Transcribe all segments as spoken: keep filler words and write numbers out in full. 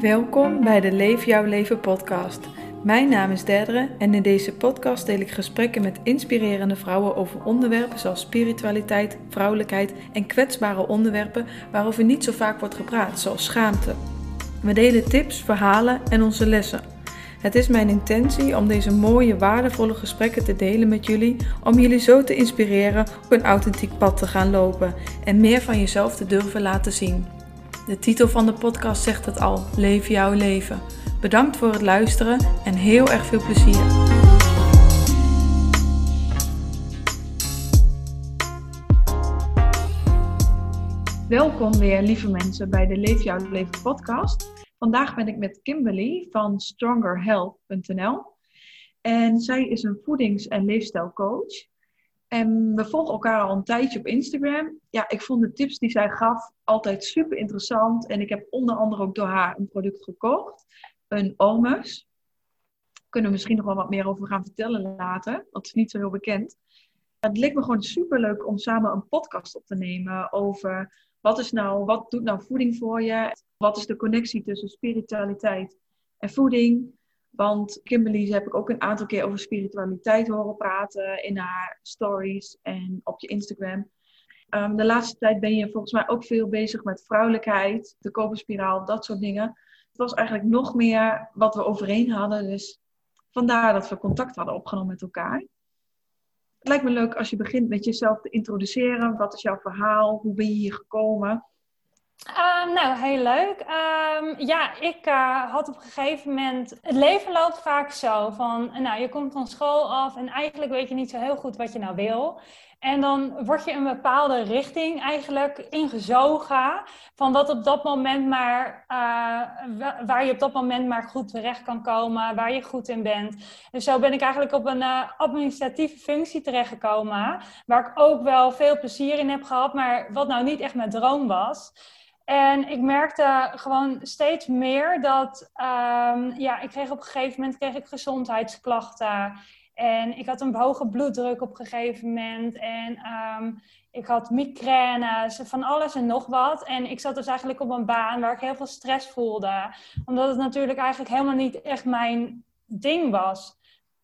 Welkom bij de Leef Jouw Leven podcast. Mijn naam is Derdere en in deze podcast deel ik gesprekken met inspirerende vrouwen over onderwerpen zoals spiritualiteit, vrouwelijkheid en kwetsbare onderwerpen waarover niet zo vaak wordt gepraat, zoals schaamte. We delen tips, verhalen en onze lessen. Het is mijn intentie om deze mooie, waardevolle gesprekken te delen met jullie, om jullie zo te inspireren op een authentiek pad te gaan lopen en meer van jezelf te durven laten zien. De titel van de podcast zegt het al, Leef jouw leven. Bedankt voor het luisteren en heel erg veel plezier. Welkom weer, lieve mensen, bij de Leef jouw leven podcast. Vandaag ben ik met Kimberly van stronger health punt n l. En zij is een voedings- en leefstijlcoach. En we volgen elkaar al een tijdje op Instagram. Ja, ik vond de tips die zij gaf altijd super interessant. En ik heb onder andere ook door haar een product gekocht. Een Omus. Daar kunnen we misschien nog wel wat meer over gaan vertellen later. Dat is niet zo heel bekend. Het leek me gewoon super leuk om samen een podcast op te nemen. Over wat is nou, wat doet nou voeding voor je? Wat is de connectie tussen spiritualiteit en voeding? Want Kimberly heb ik ook een aantal keer over spiritualiteit horen praten in haar stories en op je Instagram. Um, de laatste tijd ben je volgens mij ook veel bezig met vrouwelijkheid, de koperspiraal, dat soort dingen. Het was eigenlijk nog meer wat we overeen hadden, dus vandaar dat we contact hadden opgenomen met elkaar. Het lijkt me leuk als je begint met jezelf te introduceren. Wat is jouw verhaal? Hoe ben je hier gekomen? Uh, nou, heel leuk. Uh, ja, ik uh, had op een gegeven moment... Het leven loopt vaak zo van... Nou, je komt van school af en eigenlijk weet je niet zo heel goed wat je nou wil. En dan word je een bepaalde richting eigenlijk ingezogen... van wat op dat moment maar... Uh, waar je op dat moment maar goed terecht kan komen, waar je goed in bent. Dus zo ben ik eigenlijk op een uh, administratieve functie terechtgekomen... waar ik ook wel veel plezier in heb gehad, maar wat nou niet echt mijn droom was... En ik merkte gewoon steeds meer dat, um, ja, ik kreeg op een gegeven moment kreeg ik gezondheidsklachten. En ik had een hoge bloeddruk op een gegeven moment. En um, ik had migraines, van alles en nog wat. En ik zat dus eigenlijk op een baan waar ik heel veel stress voelde. Omdat het natuurlijk eigenlijk helemaal niet echt mijn ding was.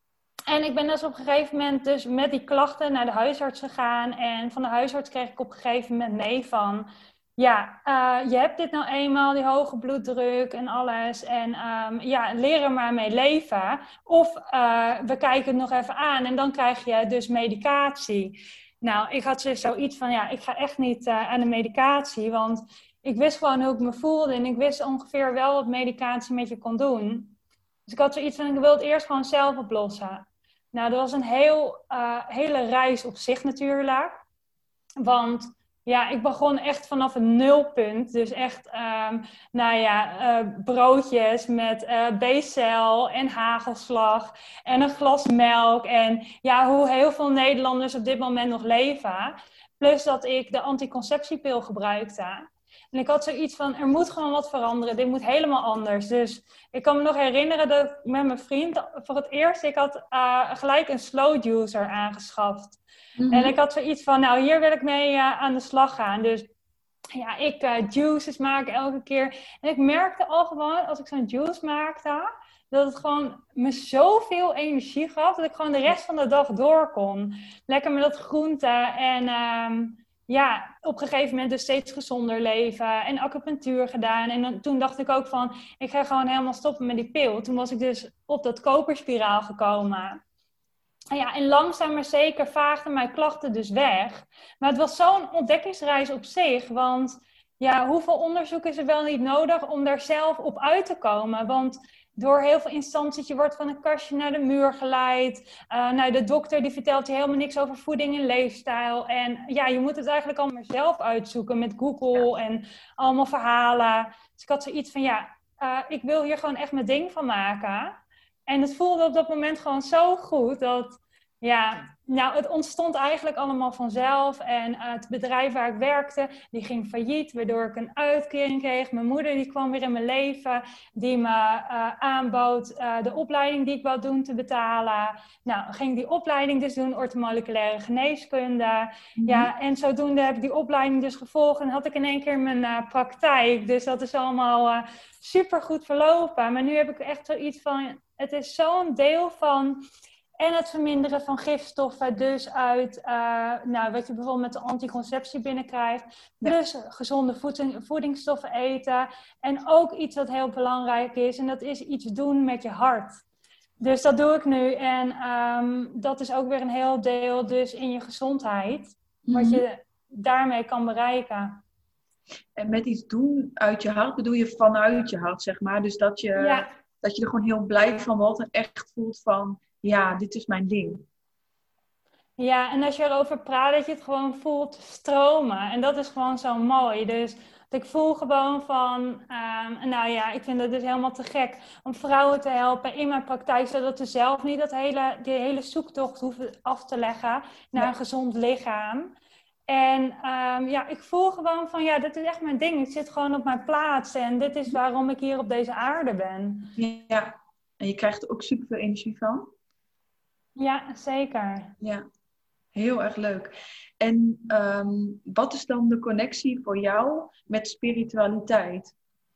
En ik ben dus op een gegeven moment dus met die klachten naar de huisarts gegaan. En van de huisarts kreeg ik op een gegeven moment mee van... Ja, uh, je hebt dit nou eenmaal, die hoge bloeddruk en alles. En um, ja, leer er maar mee leven. Of uh, we kijken het nog even aan en dan krijg je dus medicatie. Nou, ik had dus zoiets van, ja, ik ga echt niet uh, aan de medicatie. Want ik wist gewoon hoe ik me voelde. En ik wist ongeveer wel wat medicatie met je kon doen. Dus ik had zoiets van, ik wil het eerst gewoon zelf oplossen. Nou, dat was een heel, uh, hele reis op zich natuurlijk. Want... Ja, ik begon echt vanaf een nulpunt. Dus echt, um, nou ja, uh, broodjes met uh, B-cel en hagelslag en een glas melk. En ja, hoe heel veel Nederlanders op dit moment nog leven. Plus dat ik de anticonceptiepil gebruikte. En ik had zoiets van, er moet gewoon wat veranderen. Dit moet helemaal anders. Dus ik kan me nog herinneren dat ik met mijn vriend voor het eerst... Ik had uh, gelijk een slow juicer aangeschaft. Mm-hmm. En ik had zoiets van, nou, hier wil ik mee uh, aan de slag gaan. Dus ja, ik uh, juices maken elke keer. En ik merkte al gewoon, als ik zo'n juice maakte... dat het gewoon me zoveel energie gaf... dat ik gewoon de rest van de dag door kon. Lekker met dat groente en... Um, Ja, op een gegeven moment dus steeds gezonder leven en acupunctuur gedaan. En dan, toen dacht ik ook van, ik ga gewoon helemaal stoppen met die pil. Toen was ik dus op dat koperspiraal gekomen. En ja, en langzaam maar zeker vaagden mijn klachten dus weg. Maar het was zo'n ontdekkingsreis op zich, want ja, hoeveel onderzoek is er wel niet nodig om daar zelf op uit te komen? Want... Door heel veel instanties, je wordt van een kastje naar de muur geleid. Uh, nou, de dokter die vertelt je helemaal niks over voeding en leefstijl. En ja, je moet het eigenlijk allemaal zelf uitzoeken met Google en allemaal verhalen. Dus ik had zoiets van, ja, uh, ik wil hier gewoon echt mijn ding van maken. En het voelde op dat moment gewoon zo goed dat... Ja, nou, het ontstond eigenlijk allemaal vanzelf. En uh, het bedrijf waar ik werkte, die ging failliet, waardoor ik een uitkering kreeg. Mijn moeder die kwam weer in mijn leven, die me uh, aanbood uh, de opleiding die ik wou doen te betalen. Nou, ging die opleiding dus doen, orthomoleculaire geneeskunde. Mm-hmm. Ja, en zodoende heb ik die opleiding dus gevolgd en had ik in één keer mijn uh, praktijk. Dus dat is allemaal uh, super goed verlopen. Maar nu heb ik echt zoiets van, het is zo'n deel van... En het verminderen van gifstoffen, dus uit uh, nou, wat je bijvoorbeeld met de anticonceptie binnenkrijgt. Plus ja. gezonde voeding, voedingsstoffen eten. En ook iets wat heel belangrijk is, en dat is iets doen met je hart. Dus dat doe ik nu. En um, dat is ook weer een heel deel dus in je gezondheid. Mm-hmm. Wat je daarmee kan bereiken. En met iets doen uit je hart bedoel je vanuit je hart, zeg maar. Dus dat je, ja. dat je er gewoon heel blij van wordt en echt voelt van... Ja, dit is mijn ding. Ja, en als je erover praat, dat je het gewoon voelt stromen. En dat is gewoon zo mooi. Dus ik voel gewoon van... Um, nou ja, ik vind het dus helemaal te gek om vrouwen te helpen in mijn praktijk. Zodat ze zelf niet dat hele, die hele zoektocht hoeven af te leggen naar ja. een gezond lichaam. En um, ja, ik voel gewoon van, ja, dit is echt mijn ding. Ik zit gewoon op mijn plaats. En dit is waarom ik hier op deze aarde ben. Ja, en je krijgt er ook super veel energie van. Ja, zeker. Ja, heel erg leuk. En um, wat is dan de connectie voor jou met spiritualiteit?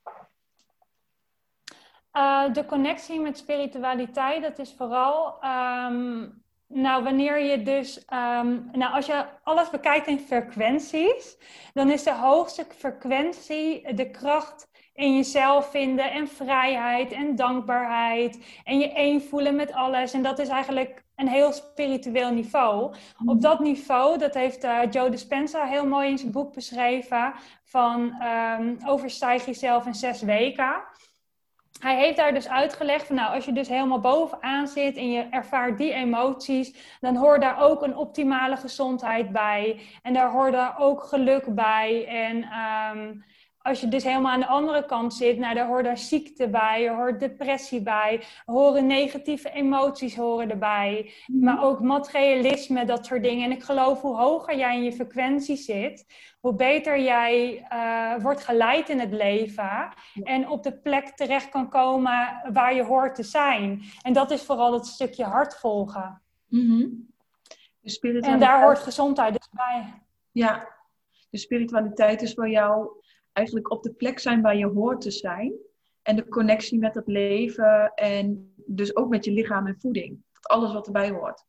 Uh, de connectie met spiritualiteit, dat is vooral... Um, nou, wanneer je dus... Um, nou, als je alles bekijkt in frequenties... dan is de hoogste frequentie de kracht... in jezelf vinden en vrijheid en dankbaarheid. En je één voelen met alles. En dat is eigenlijk een heel spiritueel niveau. Mm. Op dat niveau, dat heeft uh, Joe Dispenza heel mooi in zijn boek beschreven. Van um, overstijg jezelf in zes weken. Hij heeft daar dus uitgelegd van nou, als je dus helemaal bovenaan zit en je ervaart die emoties, dan hoort daar ook een optimale gezondheid bij. En daar hoort daar ook geluk bij. En um, als je dus helemaal aan de andere kant zit, nou, daar hoort daar ziekte bij, er hoort depressie bij, er horen negatieve emoties horen erbij. Mm-hmm. Maar ook materialisme, dat soort dingen. En ik geloof hoe hoger jij in je frequentie zit, hoe beter jij uh, wordt geleid in het leven. Ja. En op de plek terecht kan komen waar je hoort te zijn. En dat is vooral het stukje hart volgen. Mm-hmm. De spiritualiteit... En daar hoort gezondheid dus bij. Ja, de spiritualiteit is voor jou... eigenlijk op de plek zijn waar je hoort te zijn. En de connectie met het leven. En dus ook met je lichaam en voeding. Alles wat erbij hoort.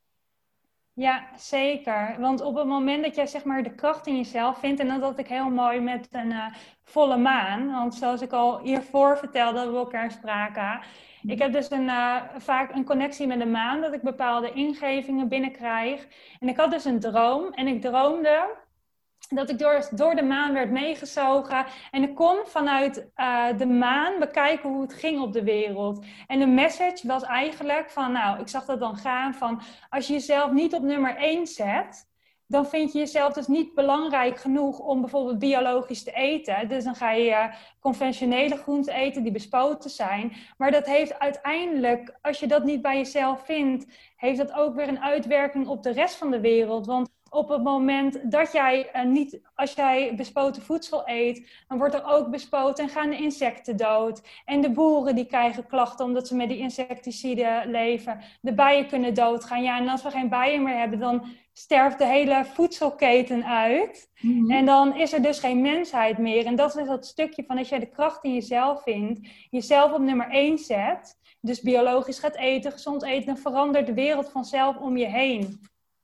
Ja, zeker. Want op het moment dat jij zeg maar de kracht in jezelf vindt. En dat had ik heel mooi met een uh, volle maan. Want zoals ik al hiervoor vertelde dat we elkaar spraken. Ik heb dus een, uh, vaak een connectie met de maan. Dat ik bepaalde ingevingen binnenkrijg. En ik had dus een droom. En ik droomde... dat ik door, door de maan werd meegezogen. En ik kon vanuit uh, de maan bekijken hoe het ging op de wereld. En de message was eigenlijk van... nou, ik zag dat dan gaan van... als je jezelf niet op nummer één zet... dan vind je jezelf dus niet belangrijk genoeg om bijvoorbeeld biologisch te eten. Dus dan ga je uh, conventionele groenten eten die bespoten zijn. Maar dat heeft uiteindelijk, als je dat niet bij jezelf vindt... heeft dat ook weer een uitwerking op de rest van de wereld. Want op het moment dat jij uh, niet, als jij bespoten voedsel eet, dan wordt er ook bespoten en gaan de insecten dood. En de boeren die krijgen klachten omdat ze met die insecticiden leven. De bijen kunnen doodgaan. Ja, en als we geen bijen meer hebben, dan sterft de hele voedselketen uit. Mm-hmm. En dan is er dus geen mensheid meer. En dat is dat stukje van als jij de kracht in jezelf vindt, jezelf op nummer één zet, dus biologisch gaat eten, gezond eten, dan verandert de wereld vanzelf om je heen.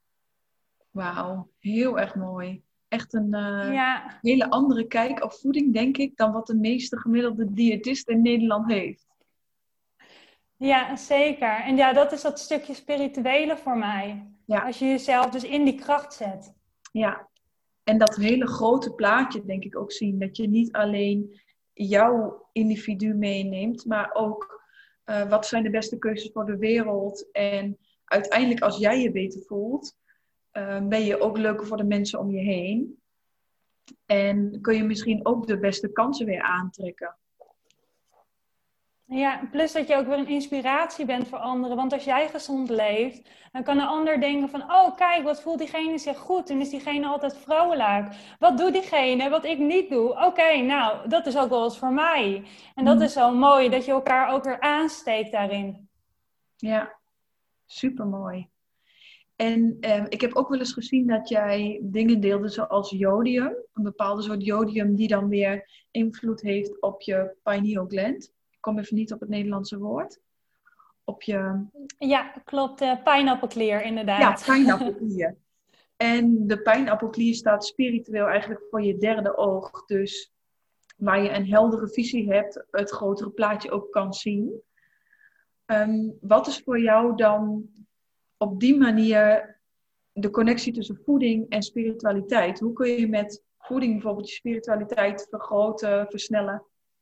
Wauw, heel erg mooi. Echt een uh, ja. hele andere kijk op voeding, denk ik, dan wat de meeste gemiddelde diëtist in Nederland heeft. Ja, zeker. En ja, dat is dat stukje spirituele voor mij. Ja. Als je jezelf dus in die kracht zet. Ja, en dat hele grote plaatje denk ik ook zien. Dat je niet alleen jouw individu meeneemt, maar ook uh, wat zijn de beste keuzes voor de wereld. En uiteindelijk als jij je beter voelt... Uh, ben je ook leuker voor de mensen om je heen. En kun je misschien ook de beste kansen weer aantrekken. Ja, plus dat je ook weer een inspiratie bent voor anderen. Want als jij gezond leeft, dan kan een ander denken van... oh, kijk, wat voelt diegene zich goed? En is diegene altijd vrouwelijk? Wat doet diegene wat ik niet doe? Oké, okay, nou, dat is ook wel eens voor mij. En dat is zo mooi, dat je elkaar ook weer aansteekt daarin. Ja, supermooi. En eh, ik heb ook wel eens gezien dat jij dingen deelde zoals jodium. Een bepaalde soort jodium die dan weer invloed heeft op je pineal gland. Ik kom even niet op het Nederlandse woord. Op je... Ja, klopt. Uh, pijnappelklier, inderdaad. Ja, pijnappelklier. En de pijnappelklier staat spiritueel eigenlijk voor je derde oog. Dus waar je een heldere visie hebt, het grotere plaatje ook kan zien. Um, wat is voor jou dan op die manier de connectie tussen voeding en spiritualiteit? Hoe kun je met voeding bijvoorbeeld je spiritualiteit vergroten, versnellen?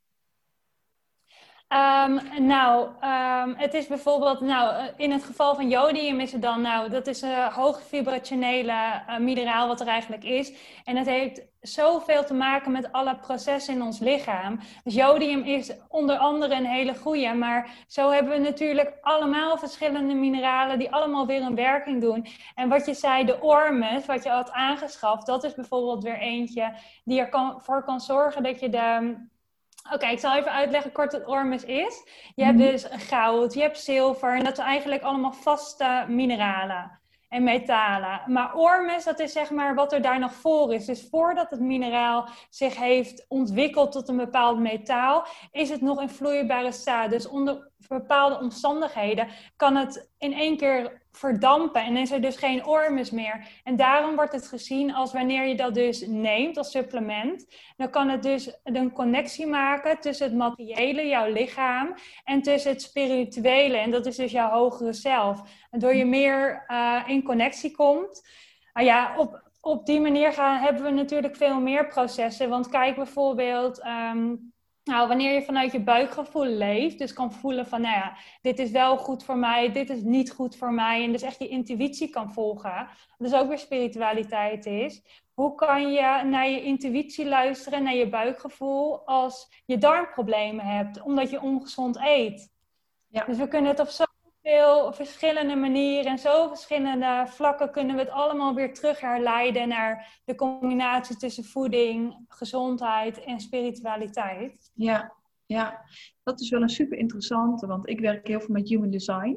Um, nou, um, het is bijvoorbeeld, nou, in het geval van jodium is het dan, nou, dat is een hoog vibrationele uh, mineraal wat er eigenlijk is. En het heeft zoveel te maken met alle processen in ons lichaam. Dus jodium is onder andere een hele goeie, maar zo hebben we natuurlijk allemaal verschillende mineralen die allemaal weer een werking doen. En wat je zei, de ormus, wat je had aangeschaft, dat is bijvoorbeeld weer eentje die ervoor kan zorgen dat je de... Oké, okay, ik zal even uitleggen kort wat ormus is. Je hebt dus goud, je hebt zilver en dat zijn eigenlijk allemaal vaste mineralen en metalen. Maar ormus, dat is zeg maar wat er daar nog voor is. Dus voordat het mineraal zich heeft ontwikkeld tot een bepaald metaal, is het nog in vloeibare staat. Dus onder bepaalde omstandigheden kan het in één keer verdampen en is er dus geen ormus meer. En daarom wordt het gezien als wanneer je dat dus neemt als supplement, dan kan het dus een connectie maken tussen het materiële, jouw lichaam, en tussen het spirituele. En dat is dus jouw hogere zelf. Waardoor je meer uh, in connectie komt. Nou ja, op, op die manier gaan, hebben we natuurlijk veel meer processen. Want kijk bijvoorbeeld... Um, Nou, wanneer je vanuit je buikgevoel leeft, dus kan voelen van, nou ja, dit is wel goed voor mij, dit is niet goed voor mij, en dus echt je intuïtie kan volgen, dus ook weer spiritualiteit is. Hoe kan je naar je intuïtie luisteren, naar je buikgevoel, als je darmproblemen hebt, omdat je ongezond eet? Ja. Dus we kunnen het op zoveel verschillende manieren en zo verschillende vlakken kunnen we het allemaal weer terug herleiden naar de combinatie tussen voeding, gezondheid en spiritualiteit. Ja, ja, dat is wel een super interessante, want ik werk heel veel met human design.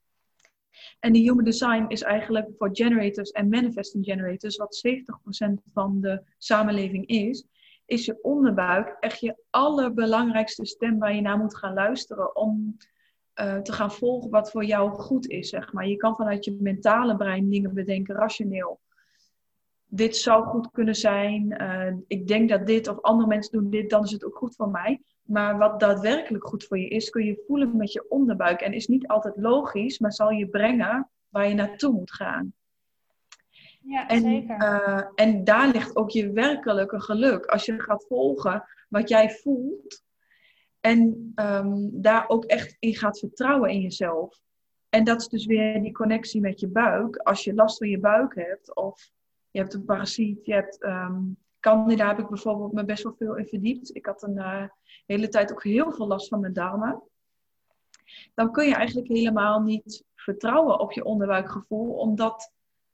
En die human design is eigenlijk voor generators en manifesting generators, wat zeventig procent van de samenleving is, is je onderbuik echt je allerbelangrijkste stem waar je naar moet gaan luisteren om uh, te gaan volgen wat voor jou goed is, zeg maar. Je kan vanuit je mentale brein dingen bedenken, rationeel. Dit zou goed kunnen zijn, uh, ik denk dat dit of andere mensen doen dit, dan is het ook goed voor mij. Maar wat daadwerkelijk goed voor je is, kun je voelen met je onderbuik. En is niet altijd logisch, maar zal je brengen waar je naartoe moet gaan. Ja, en, zeker. Uh, en daar ligt ook je werkelijke geluk. Als je gaat volgen wat jij voelt. En um, daar ook echt in gaat vertrouwen in jezelf. En dat is dus weer die connectie met je buik. Als je last van je buik hebt, of je hebt een parasiet, je hebt... Um, Candida heb ik bijvoorbeeld me best wel veel in verdiept. Ik had een uh, hele tijd ook heel veel last van mijn darmen. Dan kun je eigenlijk helemaal niet vertrouwen op je onderbuikgevoel, omdat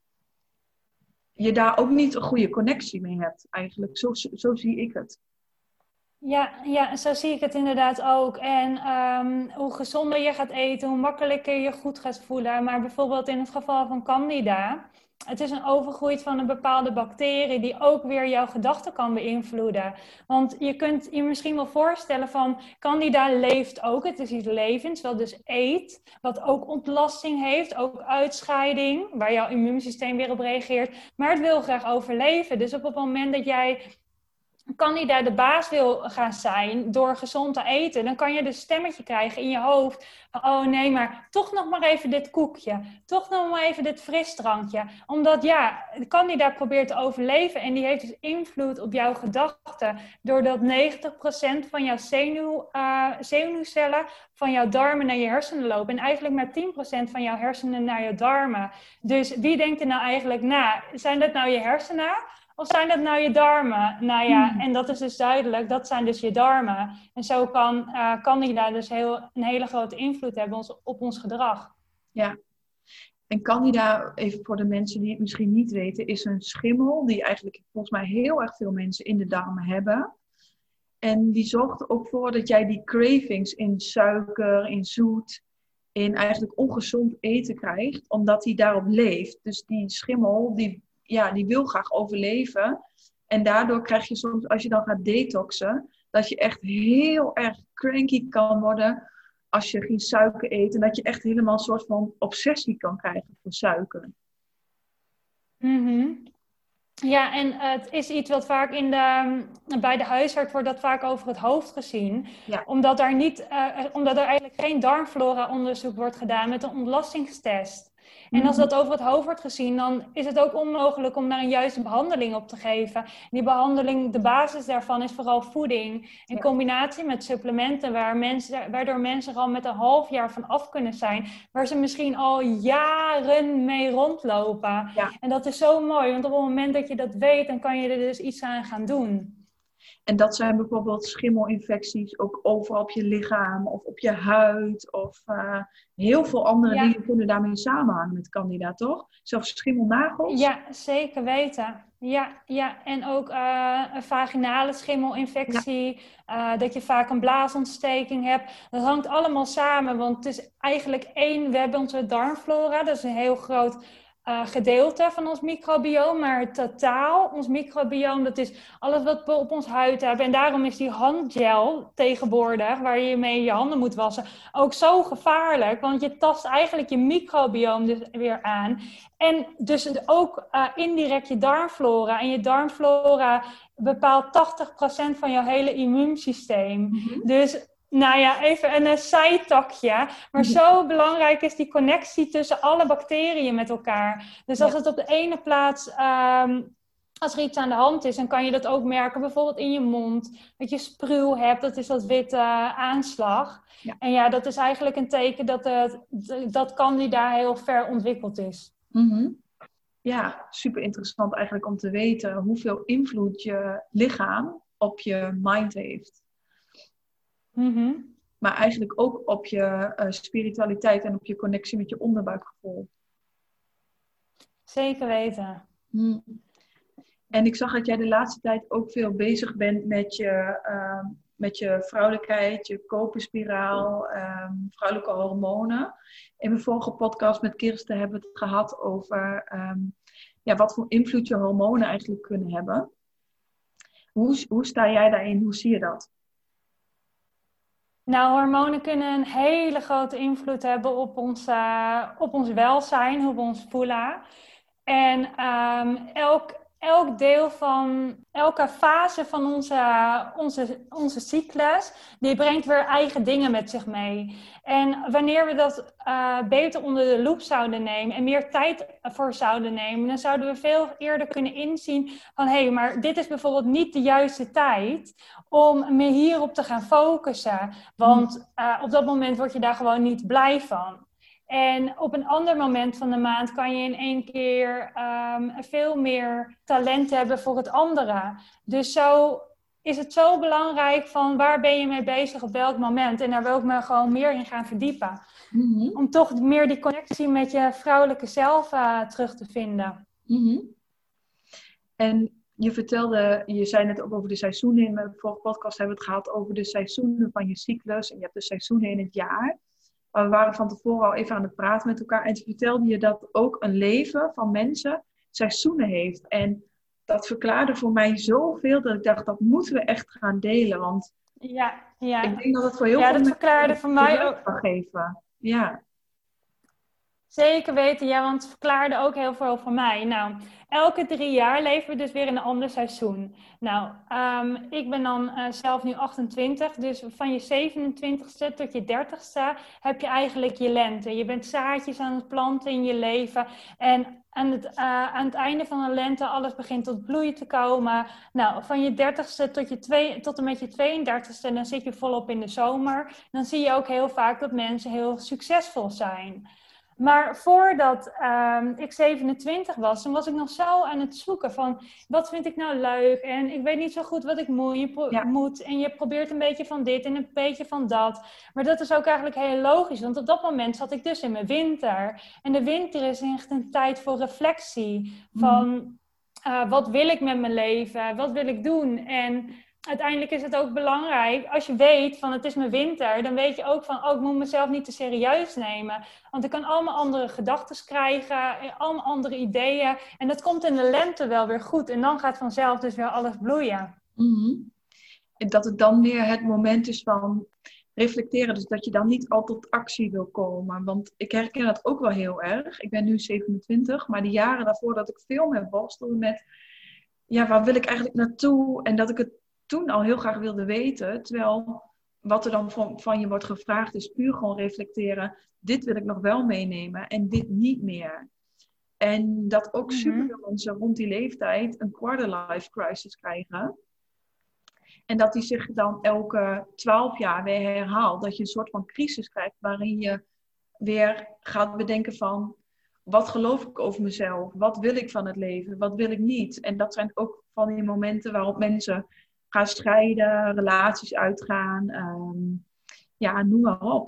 je daar ook niet een goede connectie mee hebt eigenlijk. Zo, zo zie ik het. Ja, ja, zo zie ik het inderdaad ook. En um, hoe gezonder je gaat eten, hoe makkelijker je goed gaat voelen. Maar bijvoorbeeld in het geval van Candida... Het is een overgroeit van een bepaalde bacterie die ook weer jouw gedachten kan beïnvloeden. Want je kunt je misschien wel voorstellen van Candida leeft ook. Het is iets levends, wat dus eet. Wat ook ontlasting heeft, ook uitscheiding. Waar jouw immuunsysteem weer op reageert. Maar het wil graag overleven. Dus op het moment dat jij Candida de baas wil gaan zijn door gezond te eten, dan kan je dus een stemmetje krijgen in je hoofd. Oh nee, maar toch nog maar even dit koekje. Toch nog maar even dit frisdrankje. Omdat ja, Candida probeert te overleven en die heeft dus invloed op jouw gedachten. Doordat negentig procent van jouw zenuw, uh, zenuwcellen van jouw darmen naar je hersenen lopen. En eigenlijk maar tien procent van jouw hersenen naar je darmen. Dus wie denkt er nou eigenlijk na? Zijn dat nou je hersenen? Of zijn dat nou je darmen? Nou ja, Hmm. en dat is dus duidelijk, dat zijn dus je darmen. En zo kan uh, Candida dus heel, een hele grote invloed hebben ons, op ons gedrag. Ja. En Candida, even voor de mensen die het misschien niet weten, is een schimmel die eigenlijk volgens mij heel erg veel mensen in de darmen hebben. En die zorgt er ook voor dat jij die cravings in suiker, in zoet, in eigenlijk ongezond eten krijgt, omdat die daarop leeft. Dus die schimmel, die, ja, die wil graag overleven. En daardoor krijg je soms, als je dan gaat detoxen, dat je echt heel erg cranky kan worden als je geen suiker eet. En dat je echt helemaal een soort van obsessie kan krijgen voor suiker. Mm-hmm. Ja, en uh, het is iets wat vaak in de, bij de huisarts wordt dat vaak over het hoofd gezien. Ja. Omdat, daar niet, uh, omdat er eigenlijk geen darmflora-onderzoek wordt gedaan met een ontlastingstest. En als dat over het hoofd wordt gezien, dan is het ook onmogelijk om daar een juiste behandeling op te geven. Die behandeling, de basis daarvan is vooral voeding. In Ja. combinatie met supplementen, waar mensen, waardoor mensen er al met een half jaar van af kunnen zijn. Waar ze misschien al jaren mee rondlopen. Ja. En dat is zo mooi, want op het moment dat je dat weet, dan kan je er dus iets aan gaan doen. En dat zijn bijvoorbeeld schimmelinfecties ook overal op je lichaam of op je huid. Of uh, heel veel andere ja. dingen kunnen daarmee samenhangen met Candida, toch? Zelfs schimmelnagels? Ja, zeker weten. Ja, ja. En ook uh, een vaginale schimmelinfectie. Ja. Uh, dat je vaak een blaasontsteking hebt. Dat hangt allemaal samen, want het is eigenlijk één... We hebben onze darmflora, dat is een heel groot... Uh, gedeelte van ons microbioom, maar totaal, ons microbioom, dat is alles wat we op ons huid hebben. En daarom is die handgel tegenwoordig, waar je mee je handen moet wassen, ook zo gevaarlijk. Want je tast eigenlijk je microbioom dus weer aan. En dus ook uh, indirect je darmflora. En je darmflora bepaalt tachtig procent van jouw hele immuunsysteem. Mm-hmm. Dus... Nou ja, even een zijtakje. Maar zo belangrijk is die connectie tussen alle bacteriën met elkaar. Dus als ja. het op de ene plaats, um, als er iets aan de hand is, dan kan je dat ook merken. Bijvoorbeeld in je mond, dat je spruw hebt, dat is dat witte uh, aanslag. Ja. En ja, dat is eigenlijk een teken dat, het, dat Candida heel ver ontwikkeld is. Mm-hmm. Ja, super interessant eigenlijk om te weten hoeveel invloed je lichaam op je mind heeft. Mm-hmm. Maar eigenlijk ook op je uh, spiritualiteit en op je connectie met je onderbuikgevoel. Zeker weten. Hmm. En ik zag dat jij de laatste tijd ook veel bezig bent met je, uh, met je vrouwelijkheid, je koperspiraal, uh, vrouwelijke hormonen. In mijn vorige podcast met Kirsten hebben we het gehad over um, ja, wat voor invloed je hormonen eigenlijk kunnen hebben. Hoe, hoe sta jij daarin? Hoe zie je dat? Nou, hormonen kunnen een hele grote invloed hebben op ons, uh, op ons welzijn, hoe we ons voelen. En um, elk, elk deel van, elke fase van onze, onze, onze cyclus, die brengt weer eigen dingen met zich mee. En wanneer we dat uh, beter onder de loep zouden nemen en meer tijd voor zouden nemen, dan zouden we veel eerder kunnen inzien van, hé, hey, maar dit is bijvoorbeeld niet de juiste tijd om me hierop te gaan focussen. Want uh, op dat moment word je daar gewoon niet blij van. En op een ander moment van de maand kan je in één keer um, veel meer talent hebben voor het andere. Dus zo is het zo belangrijk van waar ben je mee bezig op welk moment. En daar wil ik me gewoon meer in gaan verdiepen. Mm-hmm. Om toch meer die connectie met je vrouwelijke zelf uh, terug te vinden. Mm-hmm. En je vertelde, je zei net ook over de seizoenen. In mijn vorige podcast hebben we het gehad over de seizoenen van je cyclus. En je hebt de seizoenen in het jaar. Maar we waren van tevoren al even aan het praten met elkaar. En toen vertelde je dat ook een leven van mensen seizoenen heeft. En dat verklaarde voor mij zoveel dat ik dacht, dat moeten we echt gaan delen. Want ja, ja. ik denk dat het voor heel ja, veel dat mensen verklaarde voor mij ook kan geven. Ja. Zeker weten, ja, want het verklaarde ook heel veel voor mij. Nou, elke drie jaar leven we dus weer in een ander seizoen. Nou, um, ik ben dan uh, zelf nu achtentwintig, dus van je zevenentwintigste tot je dertigste heb je eigenlijk je lente. Je bent zaadjes aan het planten in je leven en aan het, uh, aan het einde van de lente alles begint tot bloei te komen. Nou, van je dertigste tot, je twee, tot en met je tweeëndertigste, dan zit je volop in de zomer. Dan zie je ook heel vaak dat mensen heel succesvol zijn. Maar voordat um, ik zevenentwintig was, dan was ik nog zo aan het zoeken van wat vind ik nou leuk en ik weet niet zo goed wat ik moet, je pro- Ja. moet en je probeert een beetje van dit en een beetje van dat. Maar dat is ook eigenlijk heel logisch, want op dat moment zat ik dus in mijn winter. En de winter is echt een tijd voor reflectie van uh, wat wil ik met mijn leven, wat wil ik doen en uiteindelijk is het ook belangrijk, als je weet van het is mijn winter, dan weet je ook van, oh, ik moet mezelf niet te serieus nemen. Want ik kan allemaal andere gedachten krijgen, allemaal andere ideeën. En dat komt in de lente wel weer goed. En dan gaat vanzelf dus weer alles bloeien. Mm-hmm. En dat het dan weer het moment is van reflecteren. Dus dat je dan niet al tot actie wil komen. Want ik herken dat ook wel heel erg. Ik ben nu zevenentwintig, maar de jaren daarvoor dat ik veel meer worstelde met, ja, waar wil ik eigenlijk naartoe? En dat ik het toen al heel graag wilde weten. Terwijl wat er dan van, van je wordt gevraagd is puur gewoon reflecteren. Dit wil ik nog wel meenemen en dit niet meer. En dat ook Mhm. superveel mensen rond die leeftijd een quarter-life crisis krijgen. En dat die zich dan elke twaalf jaar weer herhaalt. Dat je een soort van crisis krijgt waarin je weer gaat bedenken van, wat geloof ik over mezelf? Wat wil ik van het leven? Wat wil ik niet? En dat zijn ook van die momenten waarop mensen gaan scheiden, relaties uitgaan. Um, ja, noem maar op.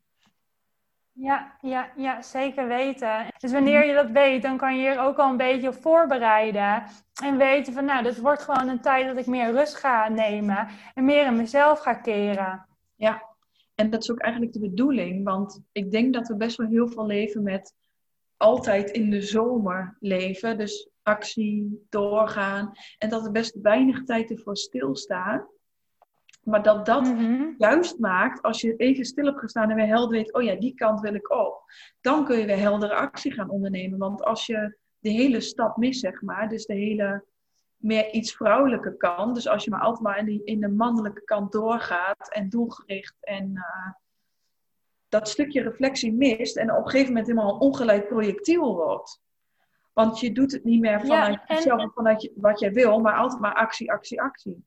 Ja, ja, ja, zeker weten. Dus wanneer je dat weet, dan kan je je er ook al een beetje op voorbereiden. En weten van, nou, dit wordt gewoon een tijd dat ik meer rust ga nemen. En meer in mezelf ga keren. Ja, en dat is ook eigenlijk de bedoeling. Want ik denk dat we best wel heel veel leven met altijd in de zomer leven. Dus actie, doorgaan. En dat er best weinig tijd ervoor stilstaat. Maar dat dat Mm-hmm. juist maakt, als je even stil hebt gestaan en weer helder weet, oh ja, die kant wil ik op. Dan kun je weer heldere actie gaan ondernemen. Want als je de hele stap mist, zeg maar, dus de hele meer iets vrouwelijke kant. Dus als je maar altijd maar in, die, in de mannelijke kant doorgaat en doelgericht en uh, dat stukje reflectie mist en op een gegeven moment helemaal een ongeleid projectiel wordt. Want je doet het niet meer vanuit Ja, en... jezelf of vanuit je, wat jij wil, maar altijd maar actie, actie, actie.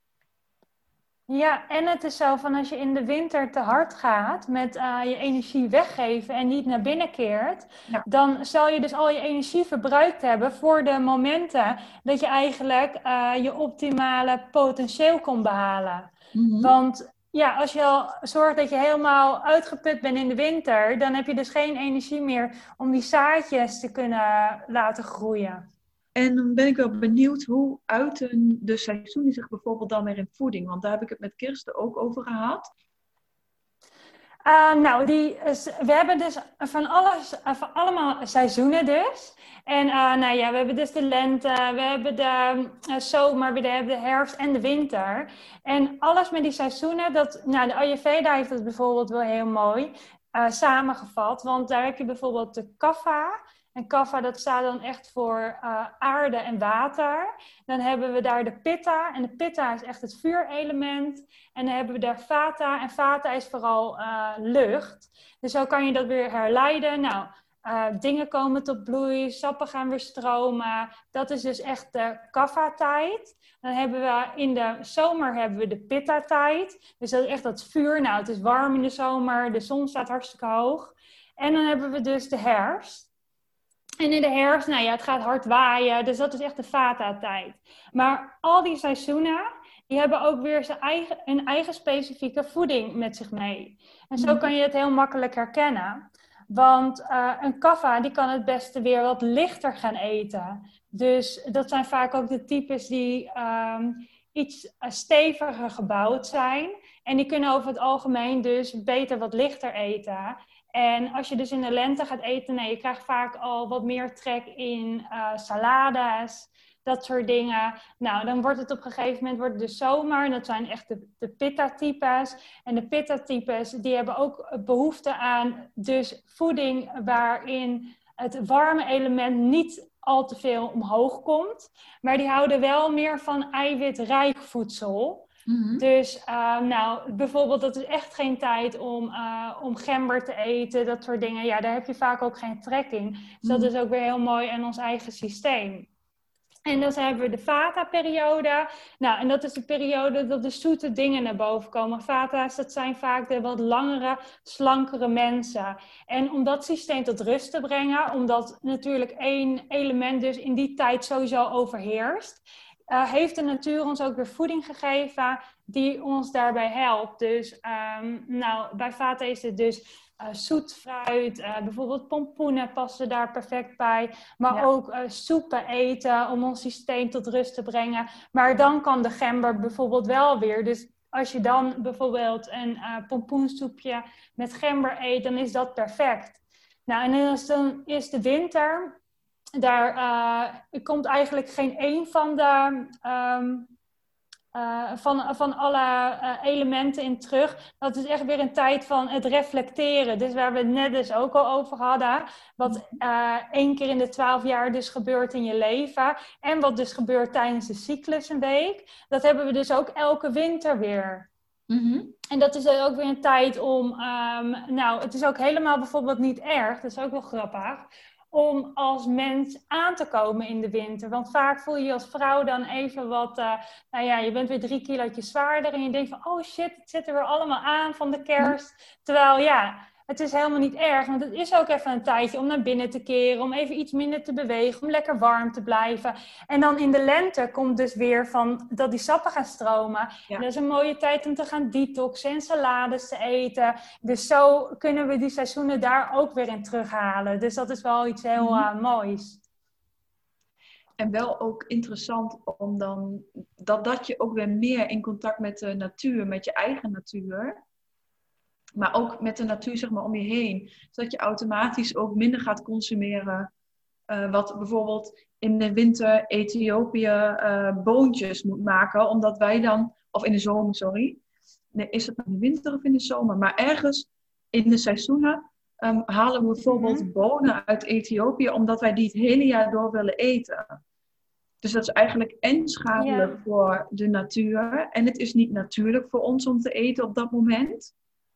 Ja, en het is zo van als je in de winter te hard gaat met uh, je energie weggeven en niet naar binnen keert, Ja. dan zal je dus al je energie verbruikt hebben voor de momenten dat je eigenlijk uh, je optimale potentieel kon behalen. Mm-hmm. Want ja, als je al zorgt dat je helemaal uitgeput bent in de winter, dan heb je dus geen energie meer om die zaadjes te kunnen laten groeien. En dan ben ik wel benieuwd, hoe uiten de seizoenen zich bijvoorbeeld dan weer in voeding? Want daar heb ik het met Kirsten ook over gehad. Uh, nou, die, we hebben dus van, alles, van allemaal seizoenen dus. En uh, nou ja, we hebben dus de lente, we hebben de uh, zomer, we hebben de herfst en de winter. En alles met die seizoenen, dat, nou, de Ayurveda heeft dat bijvoorbeeld wel heel mooi uh, samengevat. Want daar heb je bijvoorbeeld de kapha. En kapha, dat staat dan echt voor uh, aarde en water. Dan hebben we daar de pitta. En de pitta is echt het vuurelement. En dan hebben we daar vata. En vata is vooral uh, lucht. Dus zo kan je dat weer herleiden. Nou, uh, dingen komen tot bloei. Sappen gaan weer stromen. Dat is dus echt de kapha-tijd. Dan hebben we in de zomer hebben we de pitta-tijd. Dus dat is echt dat vuur. Nou, het is warm in de zomer. De zon staat hartstikke hoog. En dan hebben we dus de herfst. En in de herfst, nou ja, het gaat hard waaien. Dus dat is echt de vata-tijd. Maar al die seizoenen, die hebben ook weer zijn eigen, een eigen specifieke voeding met zich mee. En zo kan je het heel makkelijk herkennen. Want uh, een kapha, die kan het beste weer wat lichter gaan eten. Dus dat zijn vaak ook de types die um, iets steviger gebouwd zijn. En die kunnen over het algemeen dus beter wat lichter eten. En als je dus in de lente gaat eten, nee, je krijgt vaak al wat meer trek in uh, salades, dat soort dingen. Nou, dan wordt het op een gegeven moment wordt het de zomer. Dat zijn echt de, de pitta-types. En de pitta-types, die hebben ook behoefte aan dus voeding waarin het warme element niet al te veel omhoog komt. Maar die houden wel meer van eiwitrijk voedsel. Mm-hmm. Dus uh, nou, bijvoorbeeld dat is echt geen tijd om, uh, om gember te eten, dat soort dingen. Ja, daar heb je vaak ook geen trek in. Dus mm-hmm. dat is ook weer heel mooi in ons eigen systeem. En dan hebben we de Vata-periode. Nou, en dat is de periode dat de zoete dingen naar boven komen. Vata's, dat zijn vaak de wat langere, slankere mensen. En om dat systeem tot rust te brengen, omdat natuurlijk één element dus in die tijd sowieso overheerst, uh, heeft de natuur ons ook weer voeding gegeven die ons daarbij helpt. Dus um, nou, bij Vata is het dus Uh, zoet fruit, uh, bijvoorbeeld pompoenen passen daar perfect bij. Maar ja. ook uh, soepen eten om ons systeem tot rust te brengen. Maar dan kan de gember bijvoorbeeld wel weer. Dus als je dan bijvoorbeeld een uh, pompoensoepje met gember eet, dan is dat perfect. Nou, en als dan is de winter, daar uh, komt eigenlijk geen één van de... Um, Uh, van, van alle uh, elementen in terug. Dat is echt weer een tijd van het reflecteren. Dus waar we het net dus ook al over hadden. Wat uh, één keer in de twaalf jaar dus gebeurt in je leven. En wat dus gebeurt tijdens de cyclus een week. Dat hebben we dus ook elke winter weer. Mm-hmm. En dat is dan ook weer een tijd om... Um, nou, het is ook helemaal bijvoorbeeld niet erg. Dat is ook wel grappig. Om als mens aan te komen in de winter. Want vaak voel je je als vrouw dan even wat... Uh, nou ja, je bent weer drie kilootjes zwaarder. En je denkt van, oh shit, het zit er weer allemaal aan van de kerst. Terwijl ja, het is helemaal niet erg. Want het is ook even een tijdje om naar binnen te keren. Om even iets minder te bewegen. Om lekker warm te blijven. En dan in de lente komt dus weer van dat die sappen gaan stromen. Ja. En dat is een mooie tijd om te gaan detoxen en salades te eten. Dus zo kunnen we die seizoenen daar ook weer in terughalen. Dus dat is wel iets heel uh, moois. En wel ook interessant om dan dat, dat je ook weer meer in contact met de natuur, met je eigen natuur... Maar ook met de natuur zeg maar, om je heen. Zodat je automatisch ook minder gaat consumeren. Uh, wat bijvoorbeeld in de winter Ethiopië uh, boontjes moet maken. Omdat wij dan... Of in de zomer, sorry. Nee, is het in de winter of in de zomer? Maar ergens in de seizoenen um, halen we bijvoorbeeld mm-hmm. bonen uit Ethiopië. Omdat wij die het hele jaar door willen eten. Dus dat is eigenlijk en schadelijk yeah. voor de natuur. En het is niet natuurlijk voor ons om te eten op dat moment.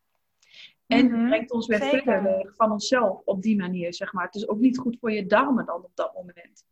En mm-hmm. brengt ons weer Zeker. verder weg van onszelf op die manier, zeg maar. Het is ook niet goed voor je darmen dan op dat moment.